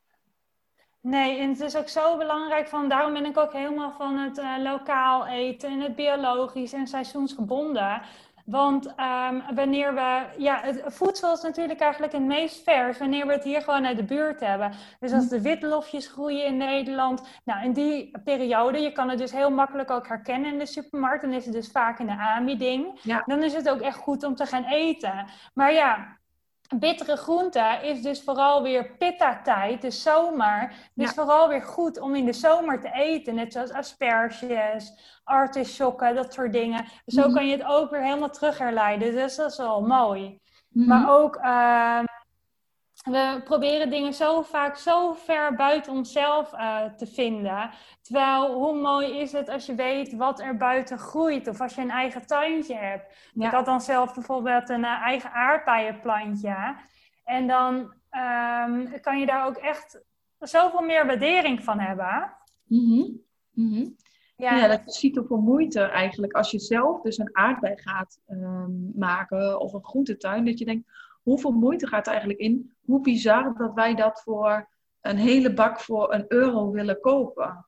Nee, en het is ook zo belangrijk, van, daarom ben ik ook helemaal van het uh, lokaal eten en het biologisch en seizoensgebonden. Want um, wanneer we, ja, het voedsel is natuurlijk eigenlijk het meest vers wanneer we het hier gewoon uit de buurt hebben. Dus als de witlofjes groeien in Nederland, nou in die periode, je kan het dus heel makkelijk ook herkennen in de supermarkt, dan is het dus vaak in de aanbieding. Ja. Dan is het ook echt goed om te gaan eten. Maar ja, bittere groenten is dus vooral weer pitta-tijd, de zomer. Dus ja. vooral weer goed om in de zomer te eten. Net zoals asperges, artisjokken, dat soort dingen. Dus mm-hmm. zo kan je het ook weer helemaal terug herleiden. Dus dat is wel mooi. Mm-hmm. Maar ook, uh, we proberen dingen zo vaak zo ver buiten onszelf uh, te vinden. Terwijl, hoe mooi is het als je weet wat er buiten groeit. Of als je een eigen tuintje hebt. Ja. Ik had dan zelf bijvoorbeeld een uh, eigen aardbeienplantje. En dan um, kan je daar ook echt zoveel meer waardering van hebben. Mm-hmm. Mm-hmm. Ja. ja, dat je ziet hoeveel moeite eigenlijk als je zelf dus een aardbei gaat um, maken. Of een groentetuin. Dat je denkt, hoeveel moeite gaat er eigenlijk in? Hoe bizar dat wij dat voor een hele bak voor een euro willen kopen.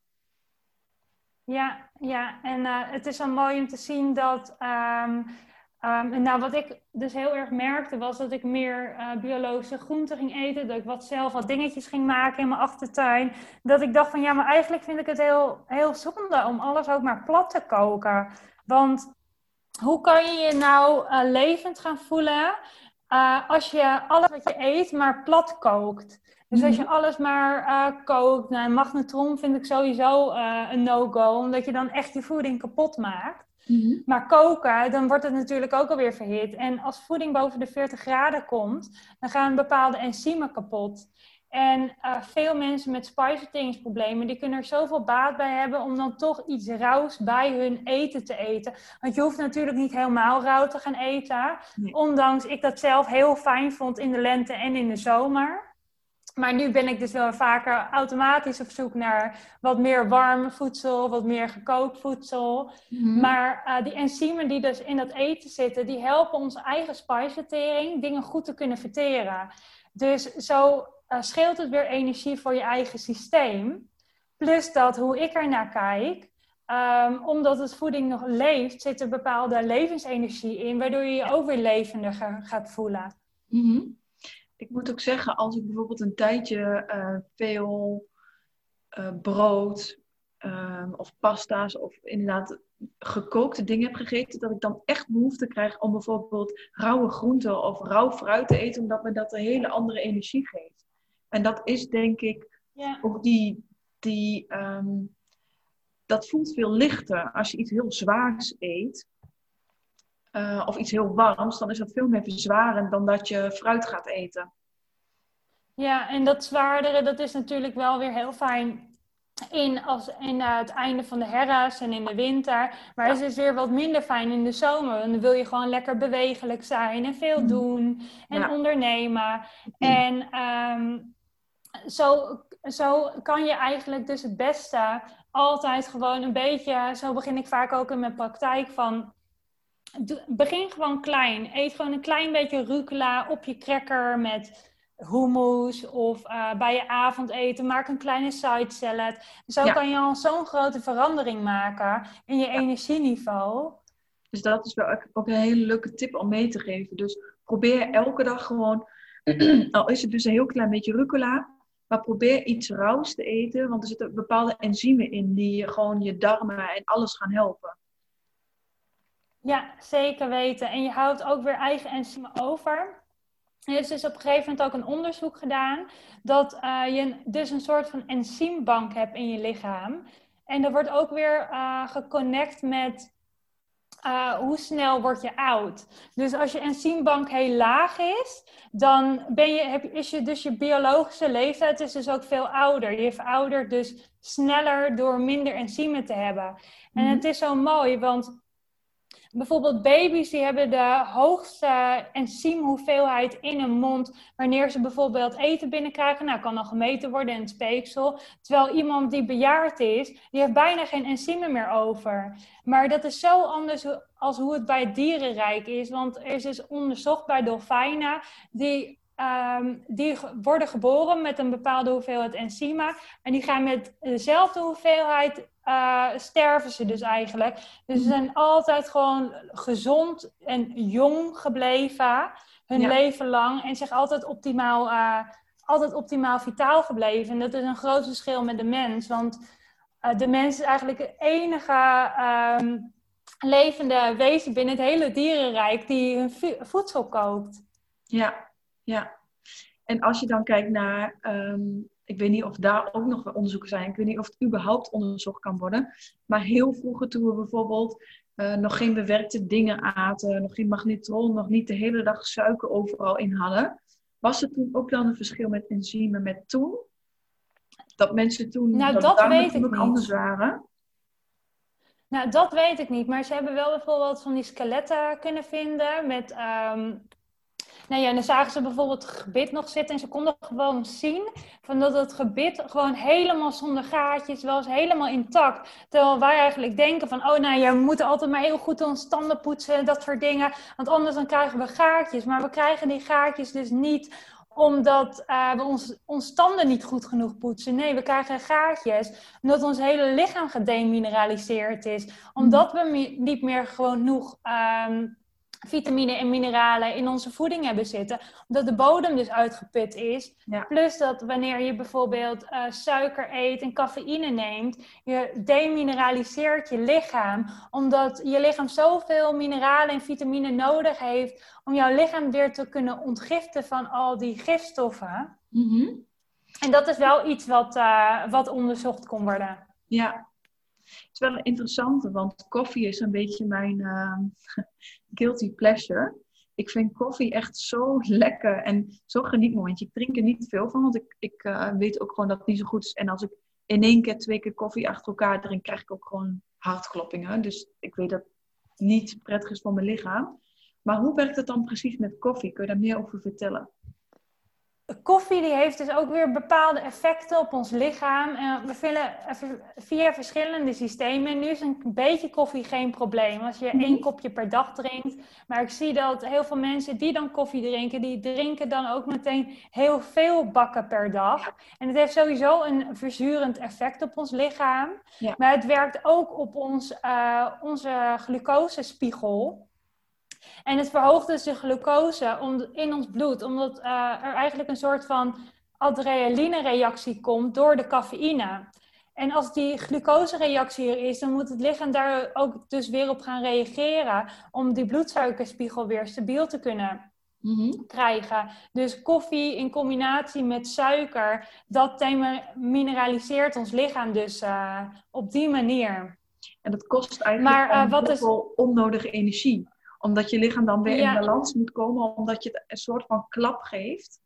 Ja, ja. en uh, het is zo mooi om te zien dat... Um, um, nou, wat ik dus heel erg merkte was dat ik meer uh, biologische groenten ging eten. Dat ik wat zelf wat dingetjes ging maken in mijn achtertuin. Dat ik dacht van ja, maar eigenlijk vind ik het heel, heel zonde om alles ook maar plat te koken. Want hoe kan je je nou uh, levend gaan voelen uh, als je alles wat je eet maar plat kookt? Dus als je alles maar uh, kookt, nou, magnetron vind ik sowieso uh, een no-go, omdat je dan echt je voeding kapot maakt. Mm-hmm. Maar koken, dan wordt het natuurlijk ook alweer verhit. En als voeding boven de veertig graden komt, dan gaan bepaalde enzymen kapot. En uh, veel mensen met spijsverteringsproblemen, die kunnen er zoveel baat bij hebben om dan toch iets rauws bij hun eten te eten. Want je hoeft natuurlijk niet helemaal rauw te gaan eten. Nee. Ondanks ik dat zelf heel fijn vond in de lente en in de zomer. Maar nu ben ik dus wel vaker automatisch op zoek naar wat meer warm voedsel, wat meer gekookt voedsel. Mm-hmm. Maar uh, die enzymen die dus in dat eten zitten, die helpen onze eigen spijsvertering dingen goed te kunnen verteren. Dus zo uh, scheelt het weer energie voor je eigen systeem. Plus dat, hoe ik er naar kijk, um, omdat het voeding nog leeft, zit er bepaalde levensenergie in, waardoor je je ook weer levender ga, gaat voelen. Mm-hmm. Ik moet ook zeggen, als ik bijvoorbeeld een tijdje uh, veel uh, brood um, of pasta's of inderdaad gekookte dingen heb gegeten, dat ik dan echt behoefte krijg om bijvoorbeeld rauwe groenten of rauw fruit te eten, omdat me dat een hele andere energie geeft. En dat is denk ik Ja. ook die, die um, dat voelt veel lichter als je iets heel zwaars eet. Uh, of iets heel warms, dan is dat veel meer verzwarend dan dat je fruit gaat eten. Ja, en dat zwaardere, dat is natuurlijk wel weer heel fijn in, als, in uh, het einde van de herfst en in de winter. Maar Ja. het is weer wat minder fijn in de zomer. En dan wil je gewoon lekker bewegelijk zijn en veel doen en ja. ondernemen. En um, zo, zo kan je eigenlijk dus het beste altijd gewoon een beetje, zo begin ik vaak ook in mijn praktijk, van begin gewoon klein. Eet gewoon een klein beetje rucola op je cracker met hummus of uh, bij je avondeten. Maak een kleine side salad. Zo ja. kan je al zo'n grote verandering maken in je ja. energieniveau. Dus dat is wel ook een hele leuke tip om mee te geven. Dus probeer elke dag gewoon, al is het dus een heel klein beetje rucola, maar probeer iets rauws te eten. Want er zitten bepaalde enzymen in die gewoon je darmen en alles gaan helpen. Ja, zeker weten. En je houdt ook weer eigen enzymen over. Er is dus op een gegeven moment ook een onderzoek gedaan dat uh, je dus een soort van enzymbank hebt in je lichaam. En dat wordt ook weer uh, geconnect met uh, hoe snel word je oud. Dus als je enzymbank heel laag is, dan ben je, heb, is je dus je biologische leeftijd is dus ook veel ouder. Je veroudert dus sneller door minder enzymen te hebben. En mm-hmm. het is zo mooi, want bijvoorbeeld baby's die hebben de hoogste enzymhoeveelheid in hun mond wanneer ze bijvoorbeeld eten binnenkrijgen. Nou, kan dan gemeten worden in het speeksel. Terwijl iemand die bejaard is, die heeft bijna geen enzymen meer over. Maar dat is zo anders als hoe het bij het dierenrijk is. Want er is dus onderzocht bij dolfijnen die... Um, die worden geboren met een bepaalde hoeveelheid enzymen. En die gaan met dezelfde hoeveelheid uh, sterven ze dus eigenlijk. Dus ze zijn altijd gewoon gezond en jong gebleven. Hun ja. leven lang. En zich altijd optimaal, uh, altijd optimaal vitaal gebleven. En dat is een groot verschil met de mens. Want uh, de mens is eigenlijk het enige um, levende wezen binnen het hele dierenrijk die hun vo- voedsel kookt. Ja. Ja, en als je dan kijkt naar, um, ik weet niet of daar ook nog onderzoeken zijn, ik weet niet of het überhaupt onderzocht kan worden, maar heel vroeger toen we bijvoorbeeld uh, nog geen bewerkte dingen aten, nog geen magnetron, nog niet de hele dag suiker overal in hadden, was er toen ook dan een verschil met enzymen met toen? Dat mensen toen, nou, dat, dat weet toen ik ook niet. anders waren? Nou, dat weet ik niet, maar ze hebben wel bijvoorbeeld van die skeletten kunnen vinden met... Um... Nou ja, en dan zagen ze bijvoorbeeld het gebit nog zitten en ze konden gewoon zien van dat het gebit gewoon helemaal zonder gaatjes was, helemaal intact. Terwijl wij eigenlijk denken van, oh nou ja, we moeten altijd maar heel goed onze tanden poetsen, dat soort dingen, want anders dan krijgen we gaatjes. Maar we krijgen die gaatjes dus niet omdat uh, we ons, ons tanden niet goed genoeg poetsen. Nee, we krijgen gaatjes omdat ons hele lichaam gedemineraliseerd is. Omdat we me- niet meer gewoon genoeg... Um, vitamine en mineralen in onze voeding hebben zitten. Omdat de bodem dus uitgeput is. Ja. Plus dat wanneer je bijvoorbeeld uh, suiker eet en cafeïne neemt, je demineraliseert je lichaam. Omdat je lichaam zoveel mineralen en vitamine nodig heeft om jouw lichaam weer te kunnen ontgiften van al die gifstoffen. Mm-hmm. En dat is wel iets wat, uh, wat onderzocht kon worden. Ja. Het is wel een interessante, want koffie is een beetje mijn uh, guilty pleasure. Ik vind koffie echt zo lekker en zo genietmomentje. Ik drink er niet veel van, want ik, ik uh, weet ook gewoon dat het niet zo goed is. En als ik in één keer twee keer koffie achter elkaar drink, krijg ik ook gewoon hartkloppingen. Dus ik weet dat het niet prettig is voor mijn lichaam. Maar hoe werkt het dan precies met koffie? Kun je daar meer over vertellen? koffie die heeft dus ook weer bepaalde effecten op ons lichaam. Uh, we vullen uh, via verschillende systemen. Nu is een beetje koffie geen probleem als je mm-hmm. één kopje per dag drinkt. Maar ik zie dat heel veel mensen die dan koffie drinken, die drinken dan ook meteen heel veel bakken per dag. En het heeft sowieso een verzurend effect op ons lichaam. Ja. Maar het werkt ook op ons, uh, onze glucosespiegel. En het verhoogt dus de glucose om, in ons bloed, omdat uh, er eigenlijk een soort van adrenaline-reactie komt door de cafeïne. En als die glucose-reactie er is, dan moet het lichaam daar ook dus weer op gaan reageren om die bloedsuikerspiegel weer stabiel te kunnen mm-hmm. krijgen. Dus koffie in combinatie met suiker, dat demineraliseert ons lichaam dus uh, op die manier. En dat kost eigenlijk maar, uh, wat heel veel is... onnodige energie. Omdat je lichaam dan weer ja. in balans moet komen, omdat je het een soort van klap geeft.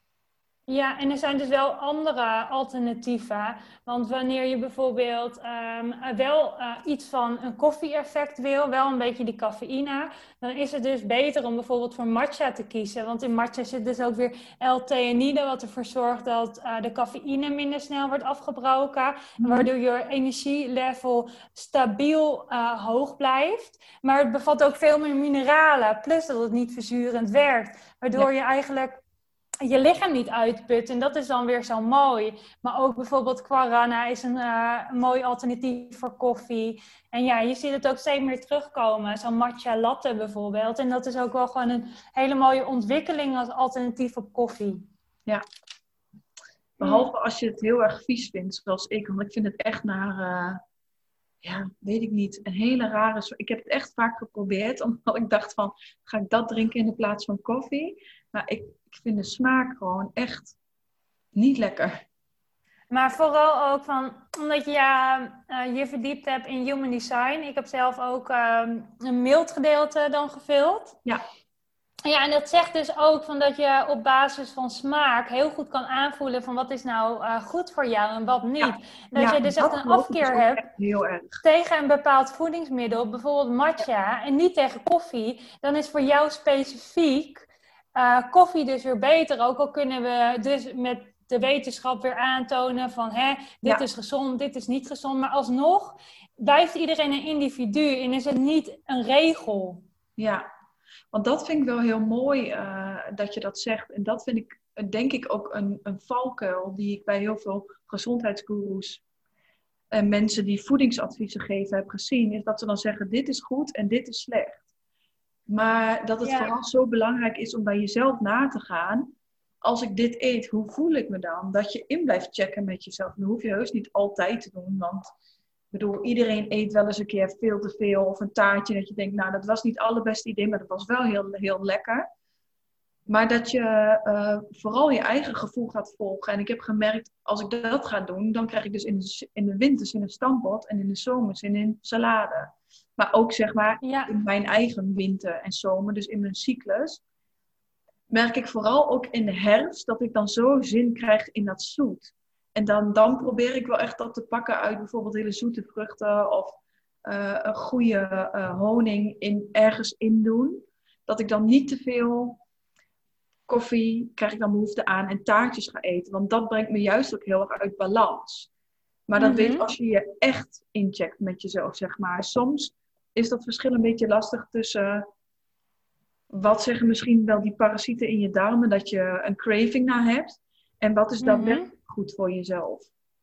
Ja, en er zijn dus wel andere alternatieven. Want wanneer je bijvoorbeeld um, wel uh, iets van een koffie-effect wil, wel een beetje die cafeïne, dan is het dus beter om bijvoorbeeld voor matcha te kiezen. Want in matcha zit dus ook weer L-theanide, wat ervoor zorgt dat uh, de cafeïne minder snel wordt afgebroken. Mm. Waardoor je energielevel stabiel uh, hoog blijft. Maar het bevat ook veel meer mineralen, plus dat het niet verzurend werkt. Waardoor ja. je eigenlijk je lichaam niet uitput. En dat is dan weer zo mooi. Maar ook bijvoorbeeld guarana is een, uh, een mooi alternatief voor koffie. En ja, je ziet het ook steeds meer terugkomen. Zo'n matcha latte bijvoorbeeld. En dat is ook wel gewoon een hele mooie ontwikkeling als alternatief op koffie. Ja. Behalve als je het heel erg vies vindt, zoals ik. Want ik vind het echt naar, uh, ja, weet ik niet, een hele rare... Ik heb het echt vaak geprobeerd, omdat ik dacht van, ga ik dat drinken in de plaats van koffie? Maar ik, ik vind de smaak gewoon echt niet lekker. Maar vooral ook van, omdat je uh, je verdiept hebt in human design. Ik heb zelf ook uh, een mild gedeelte dan gevuld. Ja. Ja, en dat zegt dus ook van dat je op basis van smaak heel goed kan aanvoelen van wat is nou uh, goed voor jou en wat niet. Ja. Dat ja, je dus echt een afkeer hebt heel erg. tegen een bepaald voedingsmiddel, bijvoorbeeld matcha, ja. en niet tegen koffie. Dan is voor jou specifiek uh, koffie dus weer beter. Ook al kunnen we dus met de wetenschap weer aantonen van hè, dit ja. is gezond, dit is niet gezond. Maar alsnog blijft iedereen een individu en is het niet een regel. Ja. Want dat vind ik wel heel mooi uh, dat je dat zegt. En dat vind ik, denk ik, ook een, een valkuil die ik bij heel veel gezondheidsgoeroes en mensen die voedingsadviezen geven heb gezien. Is dat ze dan zeggen, dit is goed en dit is slecht. Maar dat het ja. vooral zo belangrijk is om bij jezelf na te gaan. Als ik dit eet, hoe voel ik me dan? Dat je in blijft checken met jezelf. Dat hoef je heus niet altijd te doen, want... Ik bedoel, iedereen eet wel eens een keer veel te veel of een taartje. Dat je denkt, nou, dat was niet het allerbeste idee, maar dat was wel heel, heel lekker. Maar dat je uh, vooral je eigen gevoel gaat volgen. En ik heb gemerkt, als ik dat ga doen, dan krijg ik dus in de, in de winters in een stampot en in de zomers in een salade. Maar ook, zeg maar, ja. in mijn eigen winter en zomer, dus in mijn cyclus, merk ik vooral ook in de herfst dat ik dan zo zin krijg in dat zoet. En dan, dan probeer ik wel echt dat te pakken uit bijvoorbeeld hele zoete vruchten of uh, een goede uh, honing in, ergens in doen. Dat ik dan niet te veel koffie, krijg ik dan behoefte aan en taartjes ga eten. Want dat brengt me juist ook heel erg uit balans. Maar dat mm-hmm. weet als je je echt incheckt met jezelf, zeg maar. Soms is dat verschil een beetje lastig tussen... Wat zeggen misschien wel die parasieten in je darmen, dat je een craving naar hebt. En wat is dan mm-hmm. goed voor jezelf.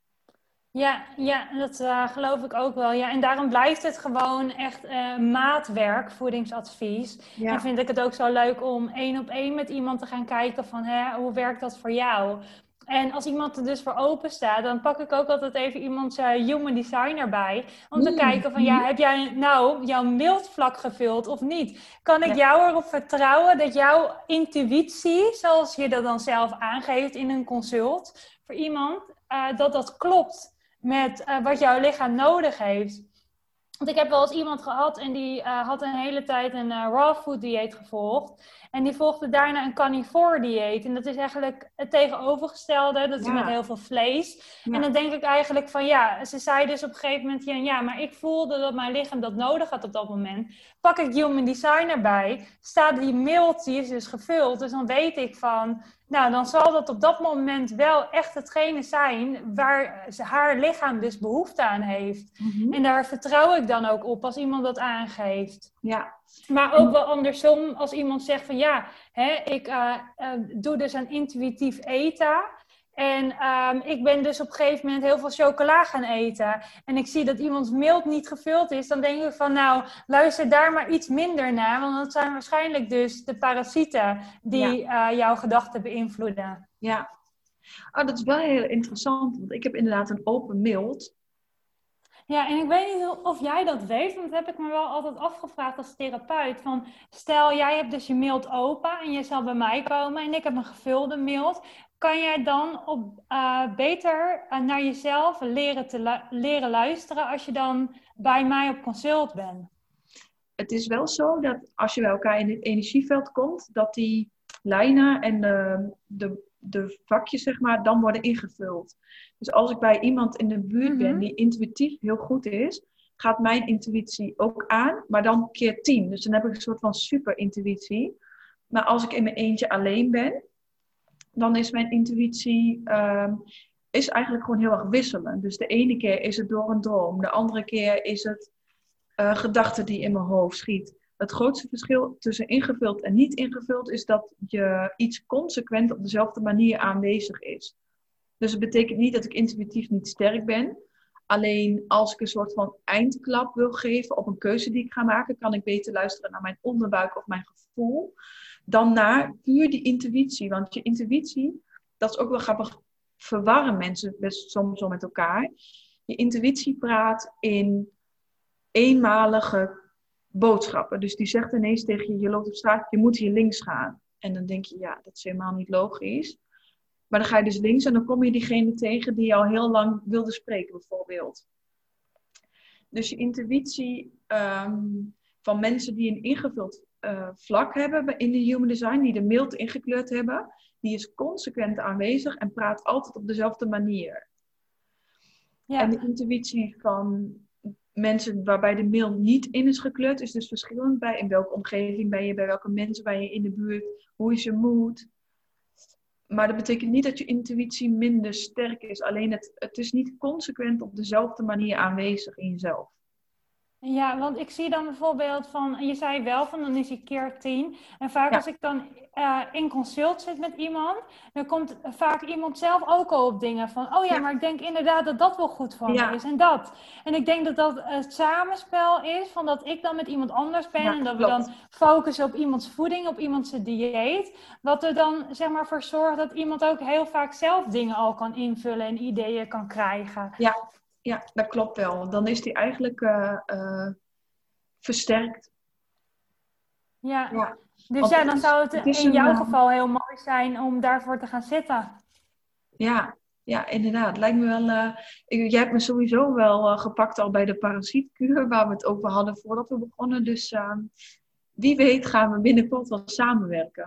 Ja, ja dat uh, geloof ik ook wel. Ja, en daarom blijft het gewoon echt uh, maatwerk, voedingsadvies. Ja. En vind ik het ook zo leuk om één op één met iemand te gaan kijken van hè, hoe werkt dat voor jou? En als iemand er dus voor open staat, dan pak ik ook altijd even iemands uh, human design erbij. Om te mm. kijken van, ja, heb jij nou jouw mildvlak gevuld of niet? Kan ik ja. jou erop vertrouwen dat jouw intuïtie, zoals je dat dan zelf aangeeft in een consult voor iemand, uh, dat dat klopt met uh, wat jouw lichaam nodig heeft? Want ik heb wel eens iemand gehad en die uh, had een hele tijd een uh, raw food dieet gevolgd. En die volgde daarna een carnivore dieet. En dat is eigenlijk het tegenovergestelde. Dat is ja. met heel veel vlees. Ja. En dan denk ik eigenlijk van ja, ze zei dus op een gegeven moment... Ja, ja, maar ik voelde dat mijn lichaam dat nodig had op dat moment. Pak ik human design erbij. Staat die mild, die is dus gevuld. Dus dan weet ik van... Nou, dan zal dat op dat moment wel echt hetgene zijn waar ze, haar lichaam dus behoefte aan heeft. Mm-hmm. En daar vertrouw ik dan ook op als iemand dat aangeeft. Ja. Maar ook wel andersom, als iemand zegt van ja, hè, ik uh, uh, doe dus aan intuïtief eten. En um, ik ben dus op een gegeven moment heel veel chocola gaan eten. En ik zie dat iemands mild niet gevuld is. Dan denk ik van nou, luister daar maar iets minder naar. Want dat zijn waarschijnlijk dus de parasieten die ja. uh, jouw gedachten beïnvloeden. Ja, oh, dat is wel heel interessant. Want ik heb inderdaad een open mild. Ja, en ik weet niet of jij dat weet, want dat heb ik me wel altijd afgevraagd als therapeut. Van, stel, jij hebt dus je mild open en je zal bij mij komen en ik heb een gevulde mild. Kan jij dan op, uh, beter uh, naar jezelf leren, te lu- leren luisteren als je dan bij mij op consult bent? Het is wel zo dat als je bij elkaar in het energieveld komt, dat die lijnen en de, de, de vakjes, zeg maar, dan worden ingevuld. Dus als ik bij iemand in de buurt mm-hmm. ben die intuïtief heel goed is, gaat mijn intuïtie ook aan, maar dan keer tien. Dus dan heb ik een soort van super intuïtie. Maar als ik in mijn eentje alleen ben, dan is mijn intuïtie um, is eigenlijk gewoon heel erg wisselend. Dus de ene keer is het door een droom, de andere keer is het uh, gedachten die in mijn hoofd schiet. Het grootste verschil tussen ingevuld en niet ingevuld is dat je iets consequent op dezelfde manier aanwezig is. Dus het betekent niet dat ik intuïtief niet sterk ben. Alleen als ik een soort van eindklap wil geven op een keuze die ik ga maken, kan ik beter luisteren naar mijn onderbuik of mijn gevoel dan naar puur die intuïtie. Want je intuïtie, dat is ook wel grappig, verwarren mensen best soms wel met elkaar. Je intuïtie praat in eenmalige boodschappen. Dus die zegt ineens tegen je, je loopt op straat, je moet hier links gaan. En dan denk je, ja, dat is helemaal niet logisch. Maar dan ga je dus links en dan kom je diegene tegen die al heel lang wilde spreken, bijvoorbeeld. Dus je intuïtie um, van mensen die een ingevuld uh, vlak hebben in de Human Design, die de mild ingekleurd hebben, die is consequent aanwezig en praat altijd op dezelfde manier. Ja. En de intuïtie van mensen waarbij de mild niet in is gekleurd, is dus verschillend bij in welke omgeving ben je, bij welke mensen ben je in de buurt, hoe is je mood. Maar dat betekent niet dat je intuïtie minder sterk is. Alleen het, het is niet consequent op dezelfde manier aanwezig in jezelf. Ja, want ik zie dan bijvoorbeeld van, je zei wel van dan is hij keer tien. En vaak ja. als ik dan uh, in consult zit met iemand, dan komt vaak iemand zelf ook al op dingen van, oh ja, ja. maar ik denk inderdaad dat dat wel goed voor ja. me is en dat. En ik denk dat dat het samenspel is van dat ik dan met iemand anders ben ja, en dat klopt. we dan focussen op iemands voeding, op iemands dieet. Wat er dan zeg maar voor zorgt dat iemand ook heel vaak zelf dingen al kan invullen en ideeën kan krijgen. Ja. Ja, dat klopt wel. Dan is die eigenlijk uh, uh, versterkt. Ja, ja. dus Want ja, dan is, zou het, het in een, jouw geval heel mooi zijn om daarvoor te gaan zitten. Ja, ja inderdaad. Lijkt me wel... Uh, ik, jij hebt me sowieso wel uh, gepakt al bij de parasietkuur, waar we het over hadden voordat we begonnen. Dus uh, wie weet gaan we binnenkort wel samenwerken.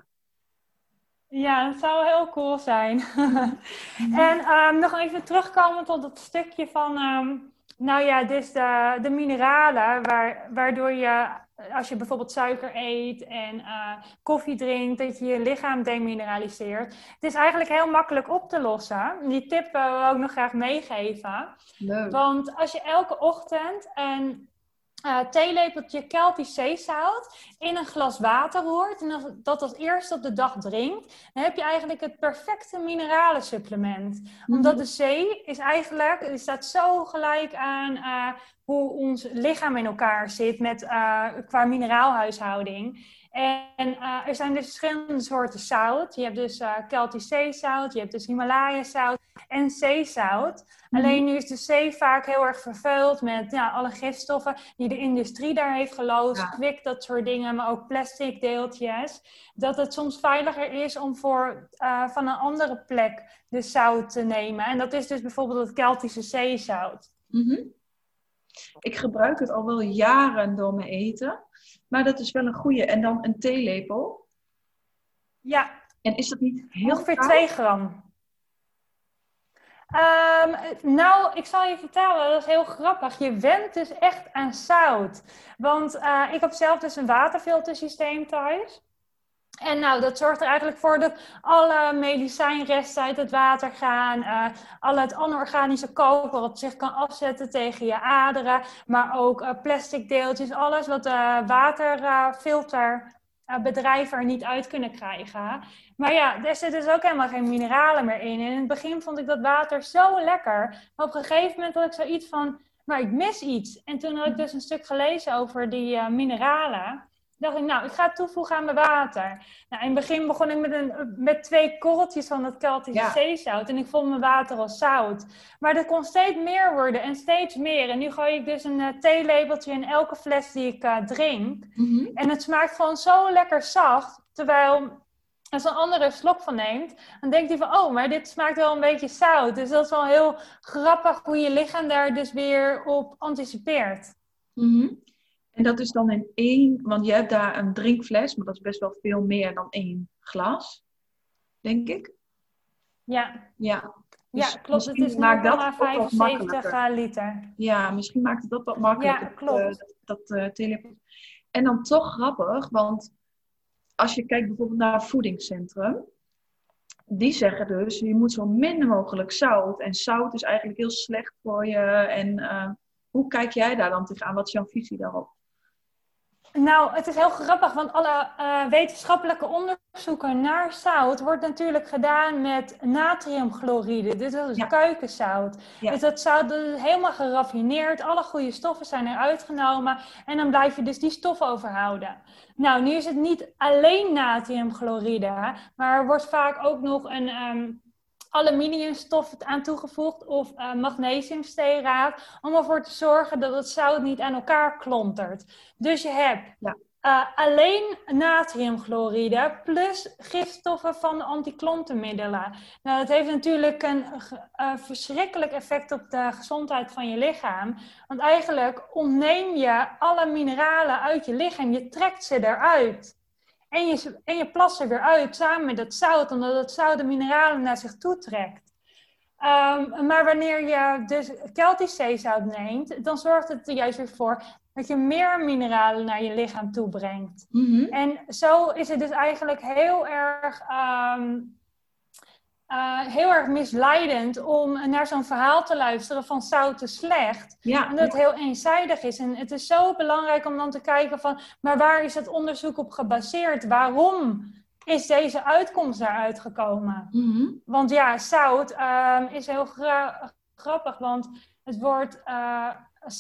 Ja, dat zou heel cool zijn. En um, nog even terugkomen tot het stukje van, um, nou ja, dus de, de mineralen, waar, waardoor je, als je bijvoorbeeld suiker eet en uh, koffie drinkt, dat je je lichaam demineraliseert. Het is eigenlijk heel makkelijk op te lossen. Die tip uh, wil ik ook nog graag meegeven. Leuk. Want als je elke ochtend een Uh, theelepeltje Keltisch zeezout in een glas water roert en als dat als eerste op de dag drinkt, dan heb je eigenlijk het perfecte mineralensupplement. Mm-hmm. Omdat de zee is eigenlijk, die staat zo gelijk aan uh, hoe ons lichaam in elkaar zit met, uh, qua mineraalhuishouding. En uh, er zijn dus verschillende soorten zout. Je hebt dus uh, Keltisch zeezout, je hebt dus Himalaya zout en zeezout. Mm-hmm. Alleen nu is de zee vaak heel erg vervuild met ja, alle gifstoffen die de industrie daar heeft geloosd. Ja. Kwik, dat soort dingen, maar ook plastic deeltjes. Dat het soms veiliger is om voor, uh, van een andere plek de zout te nemen. En dat is dus bijvoorbeeld het Keltische zeezout. Mm-hmm. Ik gebruik het al wel jaren door mijn eten. Maar dat is wel een goeie. En dan een theelepel. Ja. En is dat niet heel ongeveer twee gram. Um, nou, ik zal je vertellen, dat is heel grappig. Je went dus echt aan zout. Want uh, ik heb zelf dus een waterfiltersysteem thuis. En nou, dat zorgt er eigenlijk voor dat alle medicijnresten uit het water gaan. Uh, al het anorganische koper wat zich kan afzetten tegen je aderen. Maar ook uh, plastic deeltjes, alles wat de uh, waterfilterbedrijven uh, er niet uit kunnen krijgen. Maar ja, er zit dus ook helemaal geen mineralen meer in. En in het begin vond ik dat water zo lekker. Maar op een gegeven moment had ik zoiets van, maar ik mis iets. En toen had ik dus een stuk gelezen over die uh, mineralen. Dacht ik, nou, ik ga het toevoegen aan mijn water. Nou, in het begin begon ik met, een, met twee korreltjes van het Keltische ja. zeezout. En ik vond mijn water al zout. Maar dat kon steeds meer worden en steeds meer. En nu gooi ik dus een uh, theelepeltje in elke fles die ik uh, drink. Mm-hmm. En het smaakt gewoon zo lekker zacht. Terwijl, als een andere een slok van neemt, dan denkt hij van, oh, maar dit smaakt wel een beetje zout. Dus dat is wel heel grappig hoe je lichaam daar dus weer op anticipeert. Mm-hmm. En dat is dan in één, want je hebt daar een drinkfles, maar dat is best wel veel meer dan één glas, denk ik. Ja, ja, dus ja klopt. Het is nul komma vijfenzeventig liter. Ja, misschien maakt het dat wat makkelijker. Ja, klopt. Dat, dat, dat uh, telefoon. En dan toch grappig, want als je kijkt bijvoorbeeld naar een voedingscentrum, die zeggen dus, je moet zo min mogelijk zout. En zout is eigenlijk heel slecht voor je. En uh, hoe kijk jij daar dan tegenaan? Wat is jouw visie daarop? Nou, het is heel grappig, want alle uh, wetenschappelijke onderzoeken naar zout wordt natuurlijk gedaan met natriumchloride. Dus dat is ja. keukenzout. Ja. Dus dat zout dat is helemaal geraffineerd, alle goede stoffen zijn eruit genomen en dan blijf je dus die stoffen overhouden. Nou, nu is het niet alleen natriumchloride, maar er wordt vaak ook nog een... Um, aluminiumstof aan toegevoegd of uh, magnesiumstearaat, om ervoor te zorgen dat het zout niet aan elkaar klontert. Dus je hebt ja. uh, alleen natriumchloride plus gifstoffen van de antiklontenmiddelen. Nou, dat heeft natuurlijk een uh, verschrikkelijk effect op de gezondheid van je lichaam. Want eigenlijk ontneem je alle mineralen uit je lichaam, je trekt ze eruit. En je, en je plas er weer uit samen met het zout, omdat het zout de mineralen naar zich toe trekt. Um, maar wanneer je dus Keltisch zeezout neemt, dan zorgt het er juist weer voor dat je meer mineralen naar je lichaam toe brengt. Mm-hmm. En zo is het dus eigenlijk heel erg... Um, Uh, heel erg misleidend om naar zo'n verhaal te luisteren van zout is slecht. Ja, omdat het ja. heel eenzijdig is. En het is zo belangrijk om dan te kijken van, maar waar is het onderzoek op gebaseerd? Waarom is deze uitkomst daaruit gekomen? Mm-hmm. Want ja, zout uh, is heel gra- grappig, want het woord uh,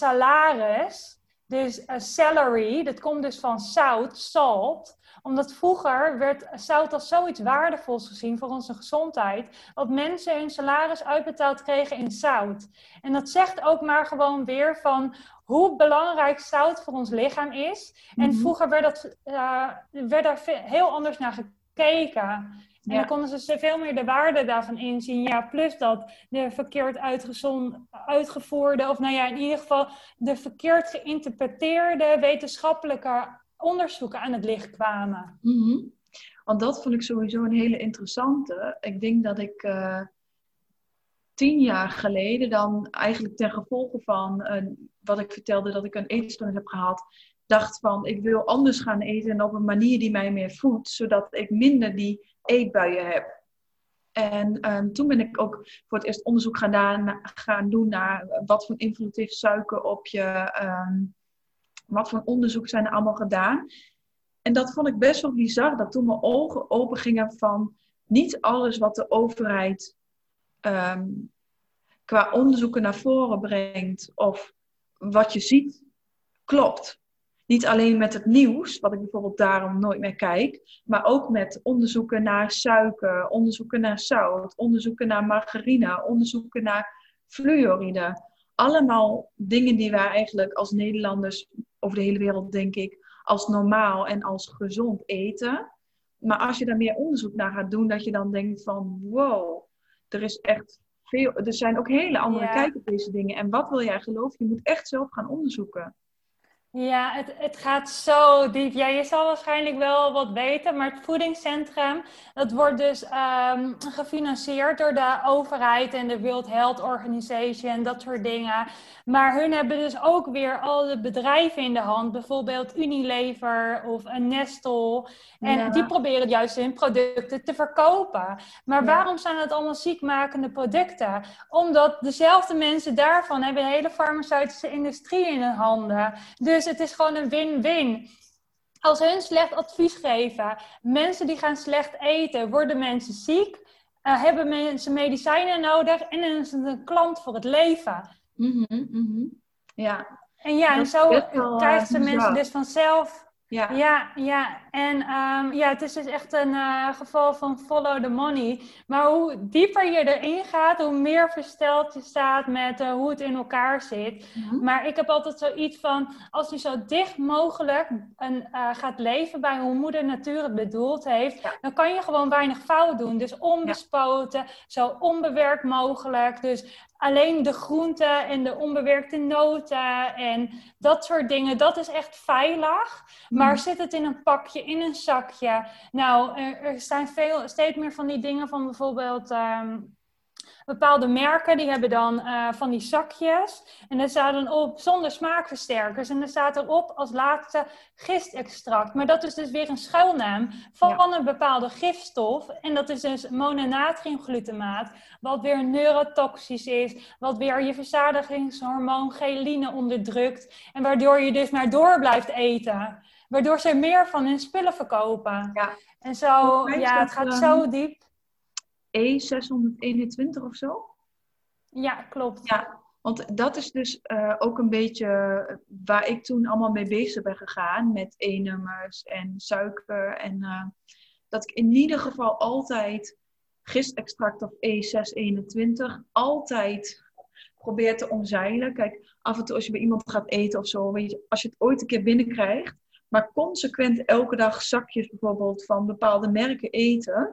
salaris, dus uh, salary, dat komt dus van zout, salt. Omdat vroeger werd zout als zoiets waardevols gezien voor onze gezondheid. Dat mensen hun salaris uitbetaald kregen in zout. En dat zegt ook maar gewoon weer van hoe belangrijk zout voor ons lichaam is. Mm-hmm. En vroeger werd, dat, uh, werd daar heel anders naar gekeken. En ja. dan konden ze veel meer de waarde daarvan inzien. Ja, plus dat de verkeerd uitgezond, uitgevoerde, of nou ja, in ieder geval de verkeerd geïnterpreteerde wetenschappelijke onderzoeken aan het licht kwamen. Mm-hmm. Want dat vond ik sowieso een hele interessante. Ik denk dat ik uh, tien jaar geleden dan eigenlijk ten gevolge van uh, wat ik vertelde dat ik een eetstoornis heb gehad, dacht van ik wil anders gaan eten en op een manier die mij meer voedt, zodat ik minder die eetbuien heb. En um, toen ben ik ook voor het eerst onderzoek gaan, da- gaan doen naar wat voor invloed heeft suiker op je... Um, Wat voor onderzoek zijn er allemaal gedaan. En dat vond ik best wel bizar. Dat toen mijn ogen open gingen van niet alles wat de overheid um, qua onderzoeken naar voren brengt. Of wat je ziet, klopt. Niet alleen met het nieuws, wat ik bijvoorbeeld daarom nooit meer kijk. Maar ook met onderzoeken naar suiker, onderzoeken naar zout, onderzoeken naar margarine, onderzoeken naar fluoride. Allemaal dingen die wij eigenlijk als Nederlanders over de hele wereld, denk ik, als normaal en als gezond eten. Maar als je daar meer onderzoek naar gaat doen, dat je dan denkt van, wow, er is echt veel, er zijn ook hele andere ja. kijk op deze dingen. En wat wil jij geloven? Je moet echt zelf gaan onderzoeken. Ja, het, het gaat zo diep. Ja, je zal waarschijnlijk wel wat weten, maar het voedingscentrum, dat wordt dus um, gefinancierd door de overheid en de World Health Organization, dat soort dingen. Maar hun hebben dus ook weer al de bedrijven in de hand, bijvoorbeeld Unilever of een Nestle. En die Ja, proberen juist hun producten te verkopen. Maar ja, waarom zijn het allemaal ziekmakende producten? Omdat dezelfde mensen daarvan hebben de hele farmaceutische industrie in hun handen. Dus het is gewoon een win-win. Als hun slecht advies geven, mensen die gaan slecht eten, worden mensen ziek, uh, hebben mensen medicijnen nodig en dan is het een klant voor het leven. mhm, mhm. Ja, En ja, dat en is zo best wel uh, krijgen ze mensen bizar. dus vanzelf. Ja, Ja, ja. En um, ja, het is dus echt een uh, geval van follow the money. Maar hoe dieper je erin gaat, hoe meer versteld je staat met uh, hoe het in elkaar zit. mhm. Maar ik heb altijd zoiets van, als je zo dicht mogelijk een, uh, gaat leven bij hoe moeder natuur het bedoeld heeft, Ja, dan kan je gewoon weinig fout doen. Dus onbespoten, zo onbewerkt mogelijk. Dus alleen de groenten en de onbewerkte noten en dat soort dingen, dat is echt veilig. Maar mhm. zit het in een pakje, in een zakje? Nou, er, er zijn veel, steeds meer van die dingen van bijvoorbeeld um, bepaalde merken. Die hebben dan uh, van die zakjes. En daar staat dan op zonder smaakversterkers. En er staat erop als laatste gistextract. Maar dat is dus weer een schuilnaam van Ja, een bepaalde gifstof. En dat is dus mononatriumglutamaat. Wat weer neurotoxisch is. Wat weer je verzadigingshormoon ghreline onderdrukt. En waardoor je dus maar door blijft eten. Waardoor ze meer van hun spullen verkopen. ja. En Volgens zo, mij is ja, het dat gaat um, zo diep. E zeshonderdeenentwintig of zo. Ja, klopt. Ja, want dat is dus uh, ook een beetje waar ik toen allemaal mee bezig ben gegaan. Met E-nummers en suiker. En uh, dat ik in ieder geval altijd gistextract of E zeshonderdeenentwintig altijd probeer te omzeilen. Kijk, af en toe als je bij iemand gaat eten of zo, weet je, als je het ooit een keer binnenkrijgt, maar consequent elke dag zakjes bijvoorbeeld van bepaalde merken eten,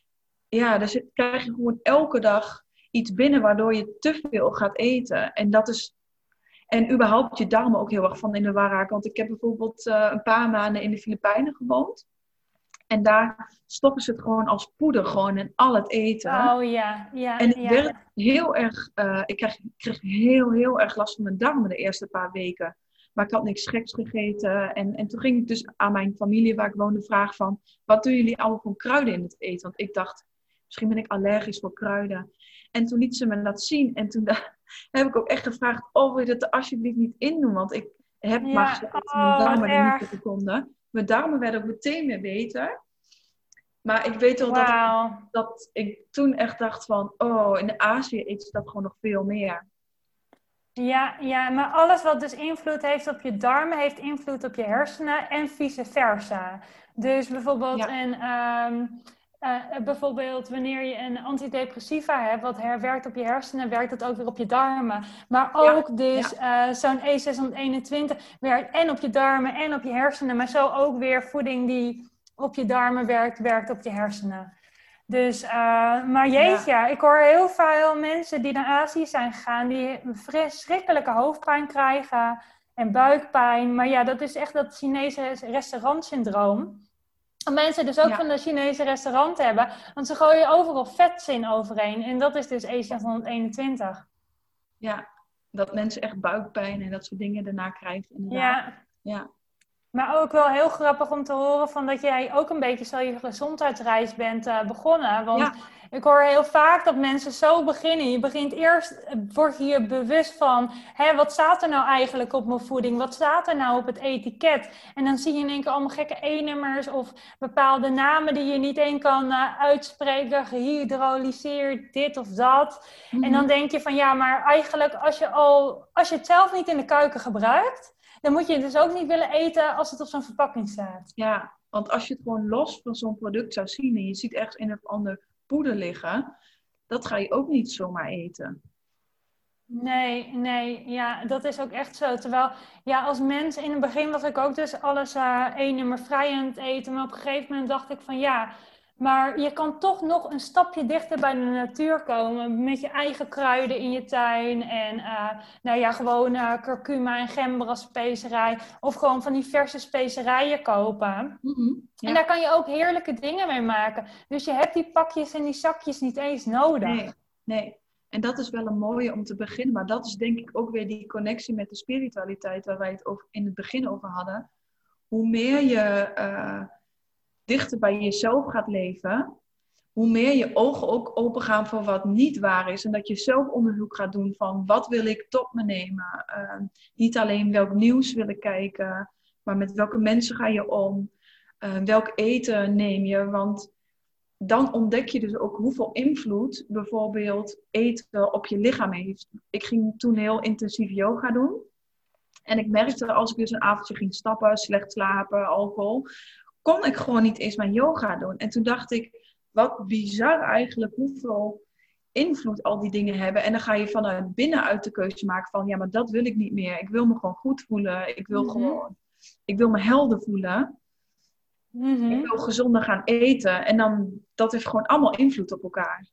ja, dan zit, krijg je gewoon elke dag iets binnen waardoor je te veel gaat eten. En dat is, en überhaupt je darmen ook heel erg van in de war raken. Want ik heb bijvoorbeeld uh, een paar maanden in de Filipijnen gewoond. En daar stoppen ze het gewoon als poeder gewoon in al het eten. Oh ja, ja, En ik ja. werd heel erg, uh, ik kreeg, kreeg heel, heel erg last van mijn darmen de eerste paar weken. Maar ik had niks geks gegeten. En, en toen ging ik dus aan mijn familie waar ik woonde vragen van, wat doen jullie allemaal voor kruiden in het eten? Want ik dacht, misschien ben ik allergisch voor kruiden. En toen liet ze me dat zien. En toen da- heb ik ook echt gevraagd, oh, wil je dat er alsjeblieft niet in doen? Want ik heb Ja, maar gezegd dat mijn oh, wat darmen er niet erg. tegen konden. Mijn darmen werden ook meteen weer beter. Maar ik weet wel dat ik, Wauw. dat ik toen echt dacht van, oh, in Azië eet ze dat gewoon nog veel meer. Ja, ja, maar alles wat dus invloed heeft op je darmen, heeft invloed op je hersenen en vice versa. Dus bijvoorbeeld, Ja, een, um, uh, bijvoorbeeld wanneer je een antidepressiva hebt, wat her- werkt op je hersenen, werkt dat ook weer op je darmen. Maar ja, ook dus ja. uh, zo'n E zeshonderdeenentwintig werkt en op je darmen en op je hersenen. Maar zo ook weer voeding die op je darmen werkt, werkt op je hersenen. Dus, uh, maar jeetje, Ja, ik hoor heel veel mensen die naar Azië zijn gegaan, die verschrikkelijke hoofdpijn krijgen en buikpijn. Maar ja, dat is echt dat Chinese restaurantsyndroom. Dat mensen dus ook van ja, de Chinese restaurant hebben, want ze gooien overal vets in overheen. En dat is dus E zeshonderdeenentwintig. ja. Dat mensen echt buikpijn en dat soort dingen daarna krijgen, inderdaad. Ja. Ja, Maar ook wel heel grappig om te horen van dat jij ook een beetje zo je gezondheidsreis bent uh, begonnen. Want ja, ik hoor heel vaak dat mensen zo beginnen. Je begint eerst, word je je bewust van, hè, wat staat er nou eigenlijk op mijn voeding? Wat staat er nou op het etiket? En dan zie je in één keer allemaal gekke E-nummers of bepaalde namen die je niet één kan uh, uitspreken. Gehydrolyseerd, dit of dat. mm-hmm. En dan denk je van ja, maar eigenlijk als je, al, als je het zelf niet in de keuken gebruikt, dan moet je het dus ook niet willen eten als het op zo'n verpakking staat. Ja, want als je het gewoon los van zo'n product zou zien en je ziet ergens een of ander poeder liggen, dat ga je ook niet zomaar eten. Nee, nee, ja, dat is ook echt zo. Terwijl, ja, als mens, in het begin was ik ook dus alles uh, E-nummer vrij aan het eten. Maar op een gegeven moment dacht ik van ja, Maar je kan toch nog een stapje dichter bij de natuur komen. Met je eigen kruiden in je tuin. En uh, nou ja, gewoon uh, curcuma en gember als specerij. Of gewoon van die verse specerijen kopen. Mm-hmm. Ja. En daar kan je ook heerlijke dingen mee maken. Dus je hebt die pakjes en die zakjes niet eens nodig. Nee, nee. En dat is wel een mooie om te beginnen. Maar dat is denk ik ook weer die connectie met de spiritualiteit. Waar wij het over, in het begin over hadden. Hoe meer je uh, dichter bij jezelf gaat leven. Hoe meer je ogen ook open gaan voor wat niet waar is. En dat je zelf onderzoek gaat doen van wat wil ik tot me nemen. Uh, niet alleen welk nieuws wil ik kijken. Maar met welke mensen ga je om. Uh, welk eten neem je. Want dan ontdek je dus ook hoeveel invloed bijvoorbeeld eten op je lichaam heeft. Ik ging toen heel intensief yoga doen. En ik merkte als ik dus een avondje ging stappen, slecht slapen, alcohol, kon ik gewoon niet eens mijn yoga doen. En toen dacht ik, wat bizar eigenlijk hoeveel invloed al die dingen hebben. En dan ga je vanuit binnenuit de keuze maken van, ja, maar dat wil ik niet meer. Ik wil me gewoon goed voelen. Ik wil mm-hmm. gewoon, ik wil me helder voelen. Mm-hmm. Ik wil gezonder gaan eten. En dan, dat heeft gewoon allemaal invloed op elkaar.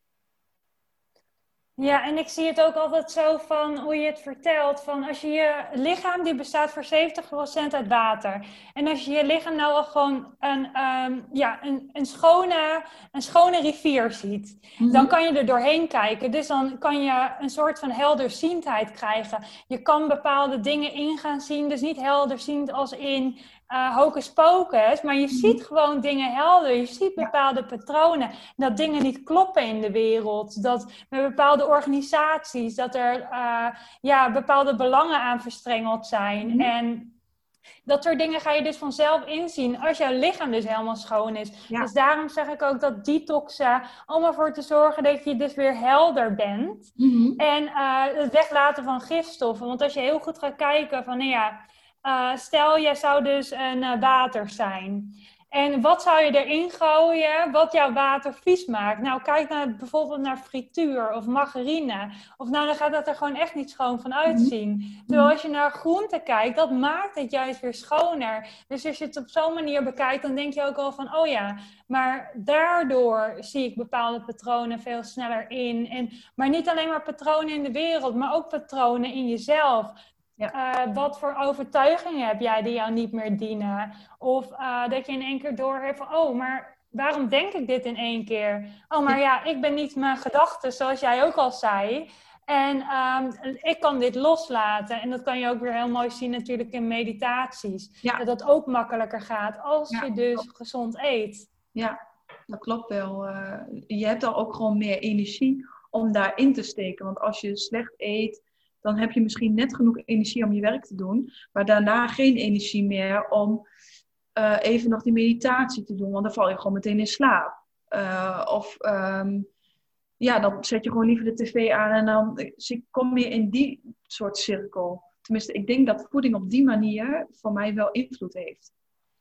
Ja, en ik zie het ook altijd zo van hoe je het vertelt. Van als je je lichaam, die bestaat voor zeventig procent uit water. En als je je lichaam nou al gewoon een, um, ja, een, een, schone, een schone rivier ziet. Mm-hmm. Dan kan je er doorheen kijken. Dus dan kan je een soort van helderziendheid krijgen. Je kan bepaalde dingen in gaan zien. Dus niet helderziend als in uh, hocus pocus. Maar je mm-hmm. ziet gewoon dingen helder. Je ziet bepaalde ja. patronen. Dat dingen niet kloppen in de wereld. Dat met bepaalde organisaties, dat er uh, ja, bepaalde belangen aan verstrengeld zijn. Mm-hmm. En dat soort dingen ga je dus vanzelf inzien als jouw lichaam dus helemaal schoon is. Ja. Dus daarom zeg ik ook dat detoxen, om ervoor te zorgen dat je dus weer helder bent. Mm-hmm. En uh, het weglaten van gifstoffen. Want als je heel goed gaat kijken van, nou ja, uh, stel jij zou dus een uh, water zijn. En wat zou je erin gooien wat jouw water vies maakt? Nou, kijk naar, bijvoorbeeld naar frituur of margarine. Of nou, dan gaat dat er gewoon echt niet schoon van uitzien. Mm-hmm. Terwijl als je naar groenten kijkt, dat maakt het juist weer schoner. Dus als je het op zo'n manier bekijkt, dan denk je ook al van, oh ja, maar daardoor zie ik bepaalde patronen veel sneller in. En, maar niet alleen maar patronen in de wereld, maar ook patronen in jezelf. Ja. Uh, wat voor overtuigingen heb jij die jou niet meer dienen? Of uh, dat je in één keer doorhebt van, oh, maar waarom denk ik dit in één keer? Oh, maar ja, ik ben niet mijn gedachten, zoals jij ook al zei. En um, ik kan dit loslaten. En dat kan je ook weer heel mooi zien natuurlijk in meditaties. Ja. Dat dat ook makkelijker gaat als ja, je dus klopt. gezond eet. Ja, dat klopt wel. Uh, je hebt dan ook gewoon meer energie om daarin te steken. Want als je slecht eet, dan heb je misschien net genoeg energie om je werk te doen. Maar daarna geen energie meer om uh, even nog die meditatie te doen. Want dan val je gewoon meteen in slaap. Uh, of um, ja, dan zet je gewoon liever de tv aan. En dan kom je in die soort cirkel. Tenminste, ik denk dat voeding op die manier voor mij wel invloed heeft.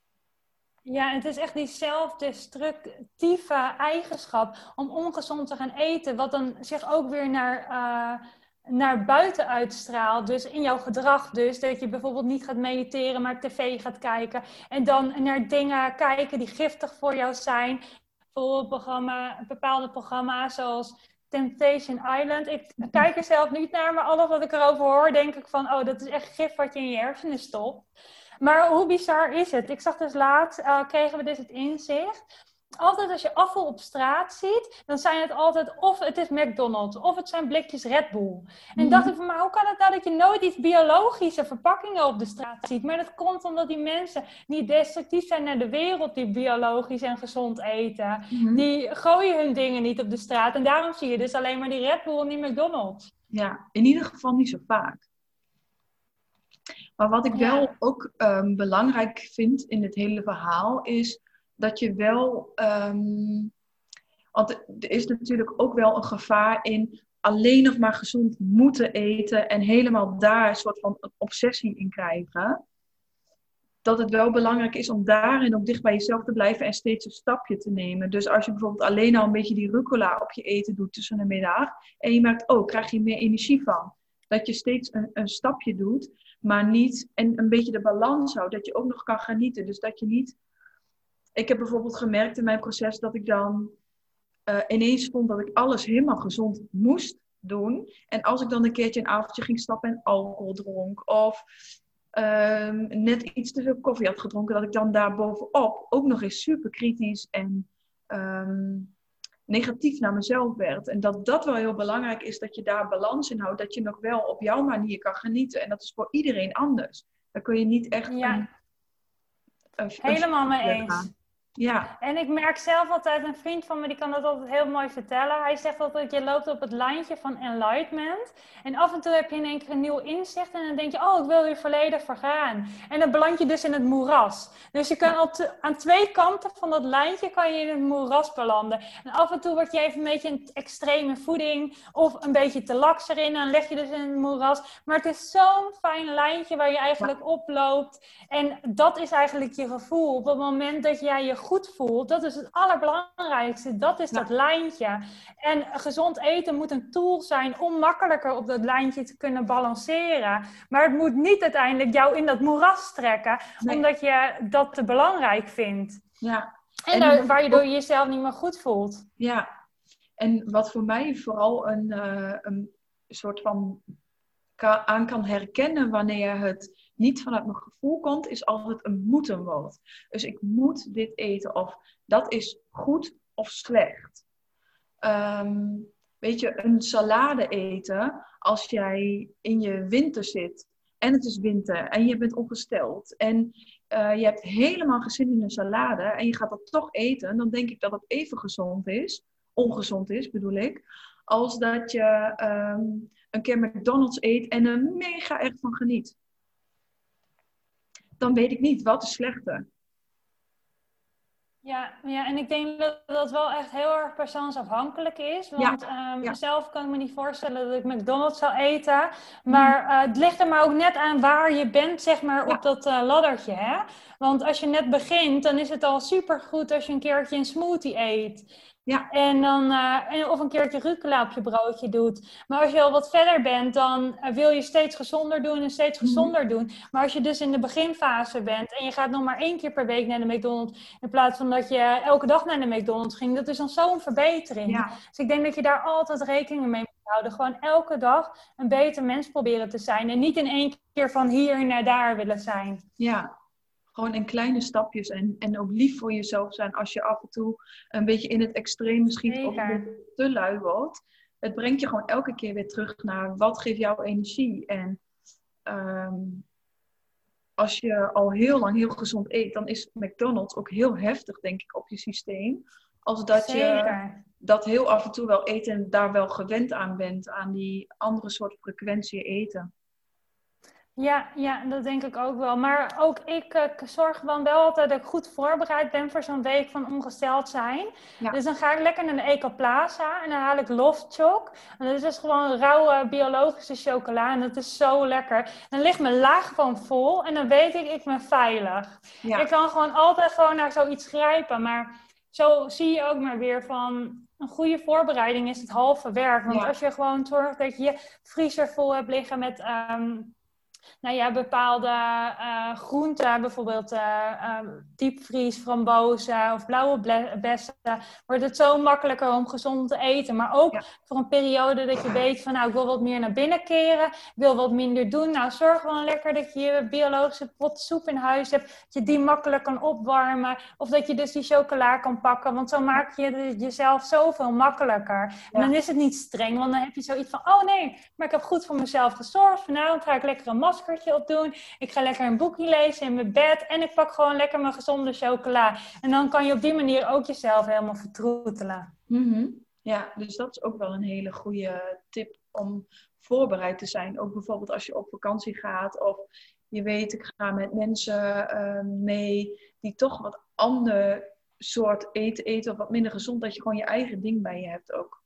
Ja, het is echt die zelfdestructieve eigenschap om ongezond te gaan eten. Wat dan zich ook weer naar... Uh, naar buiten uitstraalt, dus in jouw gedrag dus, dat je bijvoorbeeld niet gaat mediteren, maar tv gaat kijken en dan naar dingen kijken die giftig voor jou zijn. Bijvoorbeeld programma, bepaalde programma's zoals Temptation Island. Ik kijk er zelf niet naar, maar alles wat ik erover hoor, denk ik van, oh, dat is echt gif wat je in je hersenen stopt. Maar hoe bizar is het? Ik zag dus laatst, uh, kregen we dus het inzicht. Altijd als je afval op straat ziet, dan zijn het altijd of het is McDonald's of het zijn blikjes Red Bull. En mm-hmm. dacht ik van, maar hoe kan het nou dat je nooit iets biologische verpakkingen op de straat ziet? Maar dat komt omdat die mensen niet destructief zijn naar de wereld die biologisch en gezond eten. Mm-hmm. Die gooien hun dingen niet op de straat en daarom zie je dus alleen maar die Red Bull en die McDonald's. Ja, in ieder geval niet zo vaak. Maar wat ik ja. wel ook um, belangrijk vind in het hele verhaal is dat je wel, um, want er is natuurlijk ook wel een gevaar in alleen nog maar gezond moeten eten en helemaal daar een soort van een obsessie in krijgen. Dat het wel belangrijk is om daarin ook dicht bij jezelf te blijven en steeds een stapje te nemen. Dus als je bijvoorbeeld alleen al een beetje die rucola op je eten doet tussen de middag en je merkt, oh, krijg je meer energie van. Dat je steeds een, een stapje doet, maar niet, en een beetje de balans houdt, dat je ook nog kan genieten. Dus dat je niet ik heb bijvoorbeeld gemerkt in mijn proces dat ik dan uh, ineens vond dat ik alles helemaal gezond moest doen. En als ik dan een keertje een avondje ging stappen en alcohol dronk of um, net iets te veel koffie had gedronken, dat ik dan daar bovenop ook nog eens super kritisch en um, negatief naar mezelf werd. En dat dat wel heel belangrijk is, dat je daar balans in houdt, dat je nog wel op jouw manier kan genieten. En dat is voor iedereen anders. Dan kun je niet echt Ja. een, een, Helemaal een mee gaan. eens. Ja. En ik merk zelf altijd, een vriend van me, die kan dat altijd heel mooi vertellen. Hij zegt altijd, je loopt op het lijntje van enlightenment. En af en toe heb je in één keer een nieuw inzicht. En dan denk je, oh, ik wil hier volledig voor gaan. En dan beland je dus in het moeras. Dus je kan op te, aan twee kanten van dat lijntje kan je in het moeras belanden. En af en toe word je even een beetje een extreme voeding. Of een beetje te laks erin. En dan leg je dus in het moeras. Maar het is zo'n fijn lijntje waar je eigenlijk op loopt. En dat is eigenlijk je gevoel. Op het moment dat jij je goed voelt, dat is het allerbelangrijkste. Dat is Ja. dat lijntje. En gezond eten moet een tool zijn om makkelijker op dat lijntje te kunnen balanceren. Maar het moet niet uiteindelijk jou in dat moeras trekken, Nee. omdat je dat te belangrijk vindt. Ja. En, En daar, wat- waardoor je jezelf niet meer goed voelt. Ja, en wat voor mij vooral een, uh, een soort van ka- aan kan herkennen wanneer het niet vanuit mijn gevoel komt, is als het een moeten wordt. Dus ik moet dit eten of dat is goed of slecht. Um, weet je, een salade eten als jij in je winter zit en het is winter en je bent ongesteld en uh, je hebt helemaal geen zin in een salade en je gaat dat toch eten, dan denk ik dat het even gezond is, ongezond is bedoel ik, als dat je um, een keer McDonald's eet en er mega erg van geniet. Dan weet ik niet wat is slechter. Ja, ja, en ik denk dat dat wel echt heel erg persoonsafhankelijk is. Want Ja, um, ja. zelf kan ik me niet voorstellen dat ik McDonald's zou eten. Maar uh, het ligt er maar ook net aan waar je bent, zeg maar, Ja. op dat uh, laddertje. Hè? Want als je net begint, dan is het al supergoed als je een keertje een smoothie eet. Ja. En dan, uh, of een keertje rucola op je broodje doet. Maar als je al wat verder bent, dan uh, wil je steeds gezonder doen en steeds gezonder mm-hmm. doen. Maar als je dus in de beginfase bent en je gaat nog maar één keer per week naar de McDonald's, in plaats van dat je elke dag naar de McDonald's ging, dat is dan zo'n verbetering. Ja. Dus ik denk dat je daar altijd rekening mee moet houden. Gewoon elke dag een beter mens proberen te zijn. En niet in één keer van hier naar daar willen zijn. Ja. Gewoon in kleine stapjes en, en ook lief voor jezelf zijn als je af en toe een beetje in het extreme schiet Zeker. of te lui wordt. Het brengt je gewoon elke keer weer terug naar wat geeft jou energie. En um, als je al heel lang heel gezond eet, dan is McDonald's ook heel heftig, denk ik, op je systeem. Als dat Zeker. je dat heel af en toe wel eet en daar wel gewend aan bent, aan die andere soort frequentie eten. Ja, ja, dat denk ik ook wel. Maar ook ik uh, zorg dan wel altijd dat ik goed voorbereid ben voor zo'n week van ongesteld zijn. Ja. Dus dan ga ik lekker naar de Ecoplaza en dan haal ik Loftchoc. En dat is gewoon rauwe biologische chocola en dat is zo lekker. Dan ligt mijn laag gewoon vol en dan weet ik, ik ben veilig. Ja. Ik kan gewoon altijd gewoon naar zoiets grijpen. Maar zo zie je ook maar weer van een goede voorbereiding is het halve werk. Want ja. als je gewoon zorgt dat je je vriezer vol hebt liggen met Um, nou ja, bepaalde uh, groenten, bijvoorbeeld uh, uh, diepvries, frambozen of blauwe bessen, wordt het zo makkelijker om gezond te eten. Maar ook ja. voor een periode dat je weet van, nou, ik wil wat meer naar binnen keren, ik wil wat minder doen. Nou, zorg gewoon lekker dat je je biologische pot soep in huis hebt, dat je die makkelijk kan opwarmen. Of dat je dus die chocola kan pakken, want zo maak je het jezelf zoveel makkelijker. En ja. dan is het niet streng, want dan heb je zoiets van, oh nee, maar ik heb goed voor mezelf gezorgd. Vanavond ga ik lekker een maskertje opdoen. Ik ga lekker een boekje lezen in mijn bed. En ik pak gewoon lekker mijn gezonde chocola. En dan kan je op die manier ook jezelf helemaal vertroetelen. Mm-hmm. Ja, dus dat is ook wel een hele goede tip om voorbereid te zijn. Ook bijvoorbeeld als je op vakantie gaat. Of je weet, ik ga met mensen uh, mee die toch wat ander soort eten eten. Of wat minder gezond. Dat je gewoon je eigen ding bij je hebt ook.